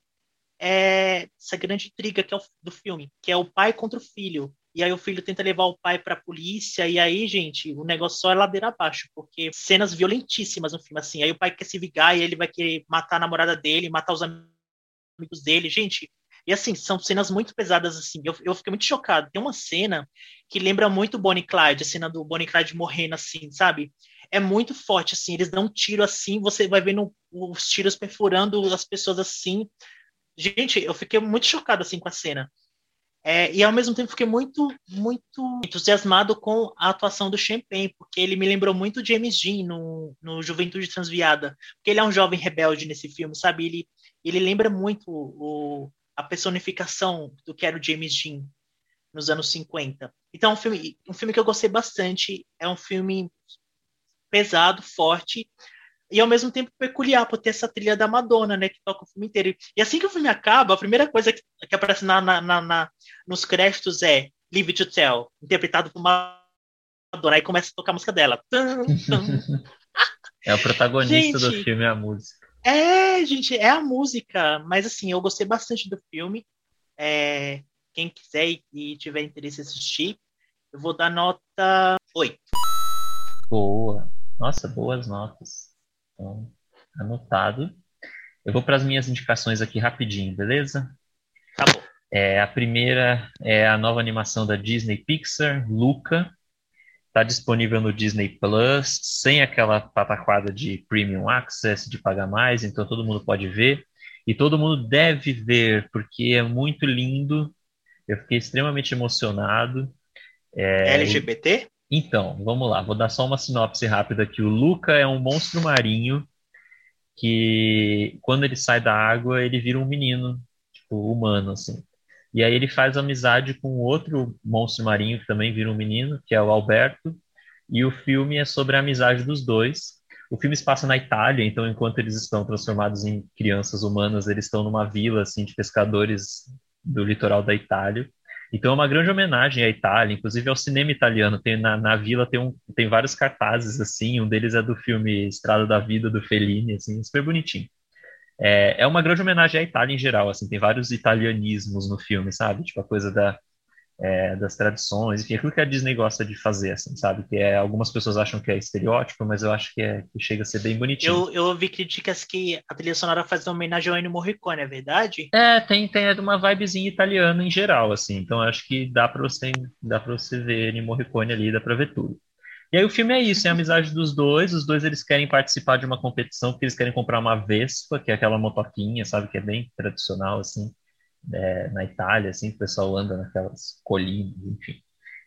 S2: intriga que é do filme, que é o pai contra o filho. E aí o filho tenta levar o pai para a polícia, e aí, gente, o negócio só é ladeira abaixo, porque cenas violentíssimas no filme, assim. Aí o pai quer se vingar e ele vai querer matar a namorada dele, matar os amigos dele, gente. E assim, são cenas muito pesadas, assim. Eu fiquei muito chocado. Tem uma cena que lembra muito Bonnie e Clyde, a cena do Bonnie e Clyde morrendo, assim, sabe? É muito forte, assim. Eles dão um tiro assim, você vai vendo os tiros perfurando as pessoas assim. Gente, eu fiquei muito chocado, assim, com a cena. E ao mesmo tempo fiquei muito, muito entusiasmado com a atuação do Champagne, porque ele me lembrou muito James Dean no Juventude Transviada. Porque ele é um jovem rebelde nesse filme, sabe? Ele lembra muito a personificação do que era o James Dean nos anos 50. Então, um filme que eu gostei bastante. É um filme pesado, forte, e ao mesmo tempo peculiar, por ter essa trilha da Madonna, né, que toca o filme inteiro. E assim que o filme acaba, a primeira coisa que aparece nos créditos é Live to Tell, interpretado por Madonna. Aí começa a tocar a música dela.
S1: É o protagonista
S2: gente,
S1: do filme, é a música.
S2: Gente, é a música. Mas assim, eu gostei bastante do filme. Quem quiser e tiver interesse em assistir, eu vou dar nota 8.
S1: Boa. Nossa, boas notas. Então, anotado. Eu vou para as minhas indicações aqui rapidinho, beleza?
S2: Tá bom.
S1: A primeira é a nova animação da Disney Pixar, Luca. Está disponível no Disney Plus, sem aquela pataquada de Premium Access, de pagar mais, então todo mundo pode ver. E todo mundo deve ver, porque é muito lindo. Eu fiquei extremamente emocionado.
S2: LGBT?
S1: Então, vamos lá, vou dar só uma sinopse rápida aqui. O Luca é um monstro marinho que, quando ele sai da água, ele vira um menino, tipo, humano, assim. E aí ele faz amizade com outro monstro marinho que também vira um menino, que é o Alberto, e o filme é sobre a amizade dos dois. O filme se passa na Itália, então enquanto eles estão transformados em crianças humanas, eles estão numa vila, assim, de pescadores do litoral da Itália. Então é uma grande homenagem à Itália, inclusive ao cinema italiano. Tem na vila tem vários cartazes assim, um deles é do filme Estrada da Vida do Fellini, assim, super bonitinho. É uma grande homenagem à Itália em geral, assim, tem vários italianismos no filme, sabe? Tipo a coisa das tradições, enfim, aquilo que a Disney gosta de fazer, assim, sabe? Algumas pessoas acham que é estereótipo, mas eu acho que chega a ser bem bonitinho.
S2: Eu ouvi críticas que a trilha sonora faz uma homenagem ao Ennio Morricone, é verdade?
S1: Tem uma vibezinha italiana em geral, assim, então acho que dá pra você ver Ennio Morricone ali, dá pra ver tudo. E aí o filme é isso, é a amizade dos dois, os dois eles querem participar de uma competição porque eles querem comprar uma Vespa, que é aquela motoquinha, sabe, que é bem tradicional, assim, na Itália, assim, o pessoal anda naquelas colinas, enfim.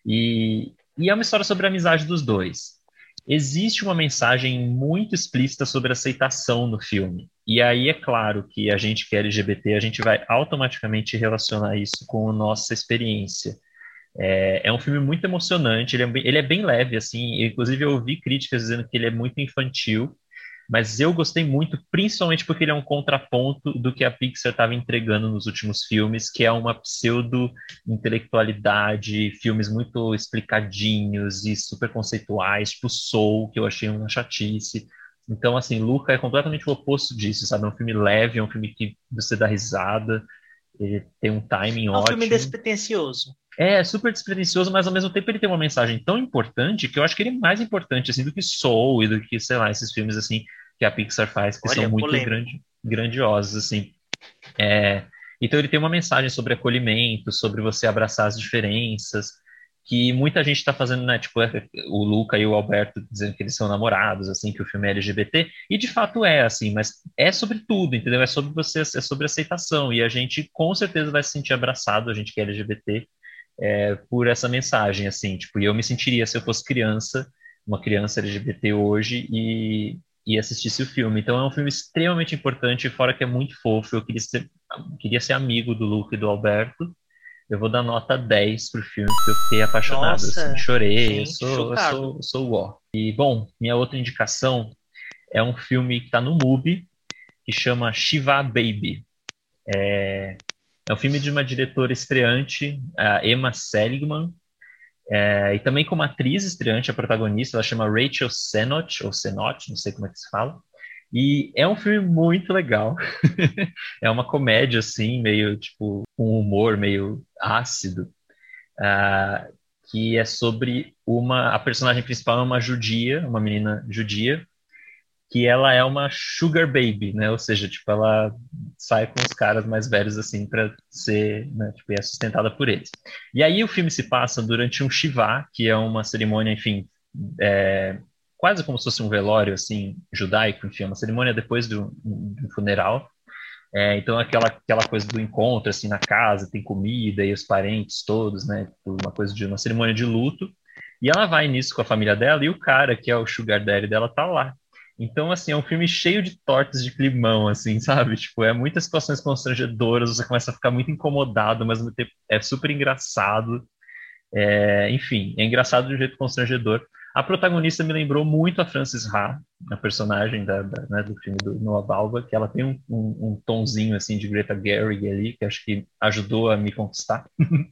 S1: E é uma história sobre a amizade dos dois. Existe uma mensagem muito explícita sobre aceitação no filme. E aí é claro que a gente que é LGBT, a gente vai automaticamente relacionar isso com a nossa experiência. É um filme muito emocionante, ele é bem leve, assim, inclusive eu ouvi críticas dizendo que ele é muito infantil, mas eu gostei muito, principalmente porque ele é um contraponto do que a Pixar estava entregando nos últimos filmes, que é uma pseudo-intelectualidade, filmes muito explicadinhos e super conceituais, tipo Soul, que eu achei uma chatice. Então, assim, Luca é completamente o oposto disso, sabe? É um filme leve, é um filme que você dá risada, ele tem um timing
S2: É um filme
S1: ótimo.
S2: despretensioso.
S1: É super despretensioso, mas ao mesmo tempo ele tem uma mensagem tão importante que eu acho que ele é mais importante assim do que Soul e do que, sei lá, esses filmes assim que a Pixar faz que são
S2: Olha,
S1: muito
S2: polêmico.
S1: grandiosos assim. É, então ele tem uma mensagem sobre acolhimento, sobre você abraçar as diferenças, que muita gente está fazendo, né? Tipo, o Luca e o Alberto dizendo que eles são namorados, assim, que o filme é LGBT, e de fato é, assim, mas é sobre tudo, entendeu? É sobre você, é sobre aceitação, e a gente com certeza vai se sentir abraçado, a gente que é LGBT, por essa mensagem, assim, tipo, e eu me sentiria se eu fosse criança, uma criança LGBT hoje, e assistisse o filme. Então é um filme extremamente importante, fora que é muito fofo, eu queria ser amigo do Luca e do Alberto. Eu vou dar nota 10 pro filme, porque eu fiquei apaixonado, assim,
S2: Nossa,
S1: chorei, eu
S2: gente,
S1: sou, eu
S2: chocado.
S1: sou, eu sou o ó. E, bom, minha outra indicação é um filme que tá no MUBI, que chama Shiva Baby. É um filme de uma diretora estreante, a Emma Seligman, e também como atriz estreante, a protagonista, ela chama Rachel Sennott, ou Sennott, não sei como é que se fala. E é um filme muito legal. É uma comédia, assim, meio, tipo, com humor meio ácido, ah, que é sobre a personagem principal é uma judia, uma menina judia, que ela é uma sugar baby, né? Ou seja, tipo, ela sai com os caras mais velhos assim para ser, né, tipo, é sustentada por eles. E aí o filme se passa durante um Shiva, que é uma cerimônia, enfim, quase como se fosse um velório assim judaico, enfim, uma cerimônia depois do funeral. Então aquela coisa do encontro assim na casa, tem comida e os parentes todos, né? Uma coisa de uma cerimônia de luto. E ela vai nisso com a família dela e o cara, que é o sugar daddy dela, tá lá. Então, assim, é um filme cheio de tortas de climão, assim, sabe? Tipo, muitas situações constrangedoras, você começa a ficar muito incomodado, mas ao mesmo tempo é super engraçado. Enfim, é engraçado de um jeito constrangedor. A protagonista me lembrou muito a Frances Ha, a personagem né, do filme do Noah Baumbach, que ela tem um tonzinho, assim, de Greta Gerwig ali, que acho que ajudou a me conquistar.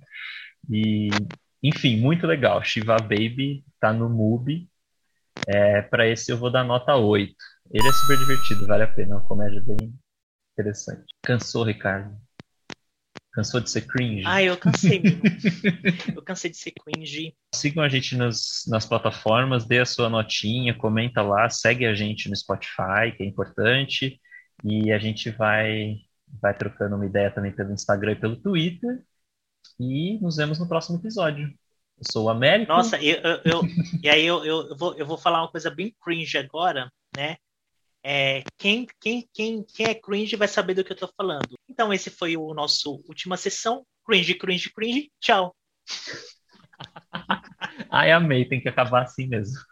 S1: E, enfim, muito legal. Shiva Baby tá no MUBI. Para esse eu vou dar nota 8. Ele é super divertido, vale a pena. É uma comédia bem interessante. Cansou, Ricardo? Cansou de ser cringe?
S2: Ah, eu cansei, menino. Eu cansei de ser cringe.
S1: Sigam a gente nas plataformas, dê a sua notinha, comenta lá, segue a gente no Spotify, que é importante. E a gente vai trocando uma ideia também pelo Instagram e pelo Twitter. E nos vemos no próximo episódio. Eu sou o Américo.
S2: Nossa, e aí eu vou falar uma coisa bem cringe agora, né? Quem é cringe vai saber do que eu tô falando. Então, esse foi o nosso última sessão. Cringe, cringe, cringe. Tchau.
S1: Ai, amei, tem que acabar assim mesmo.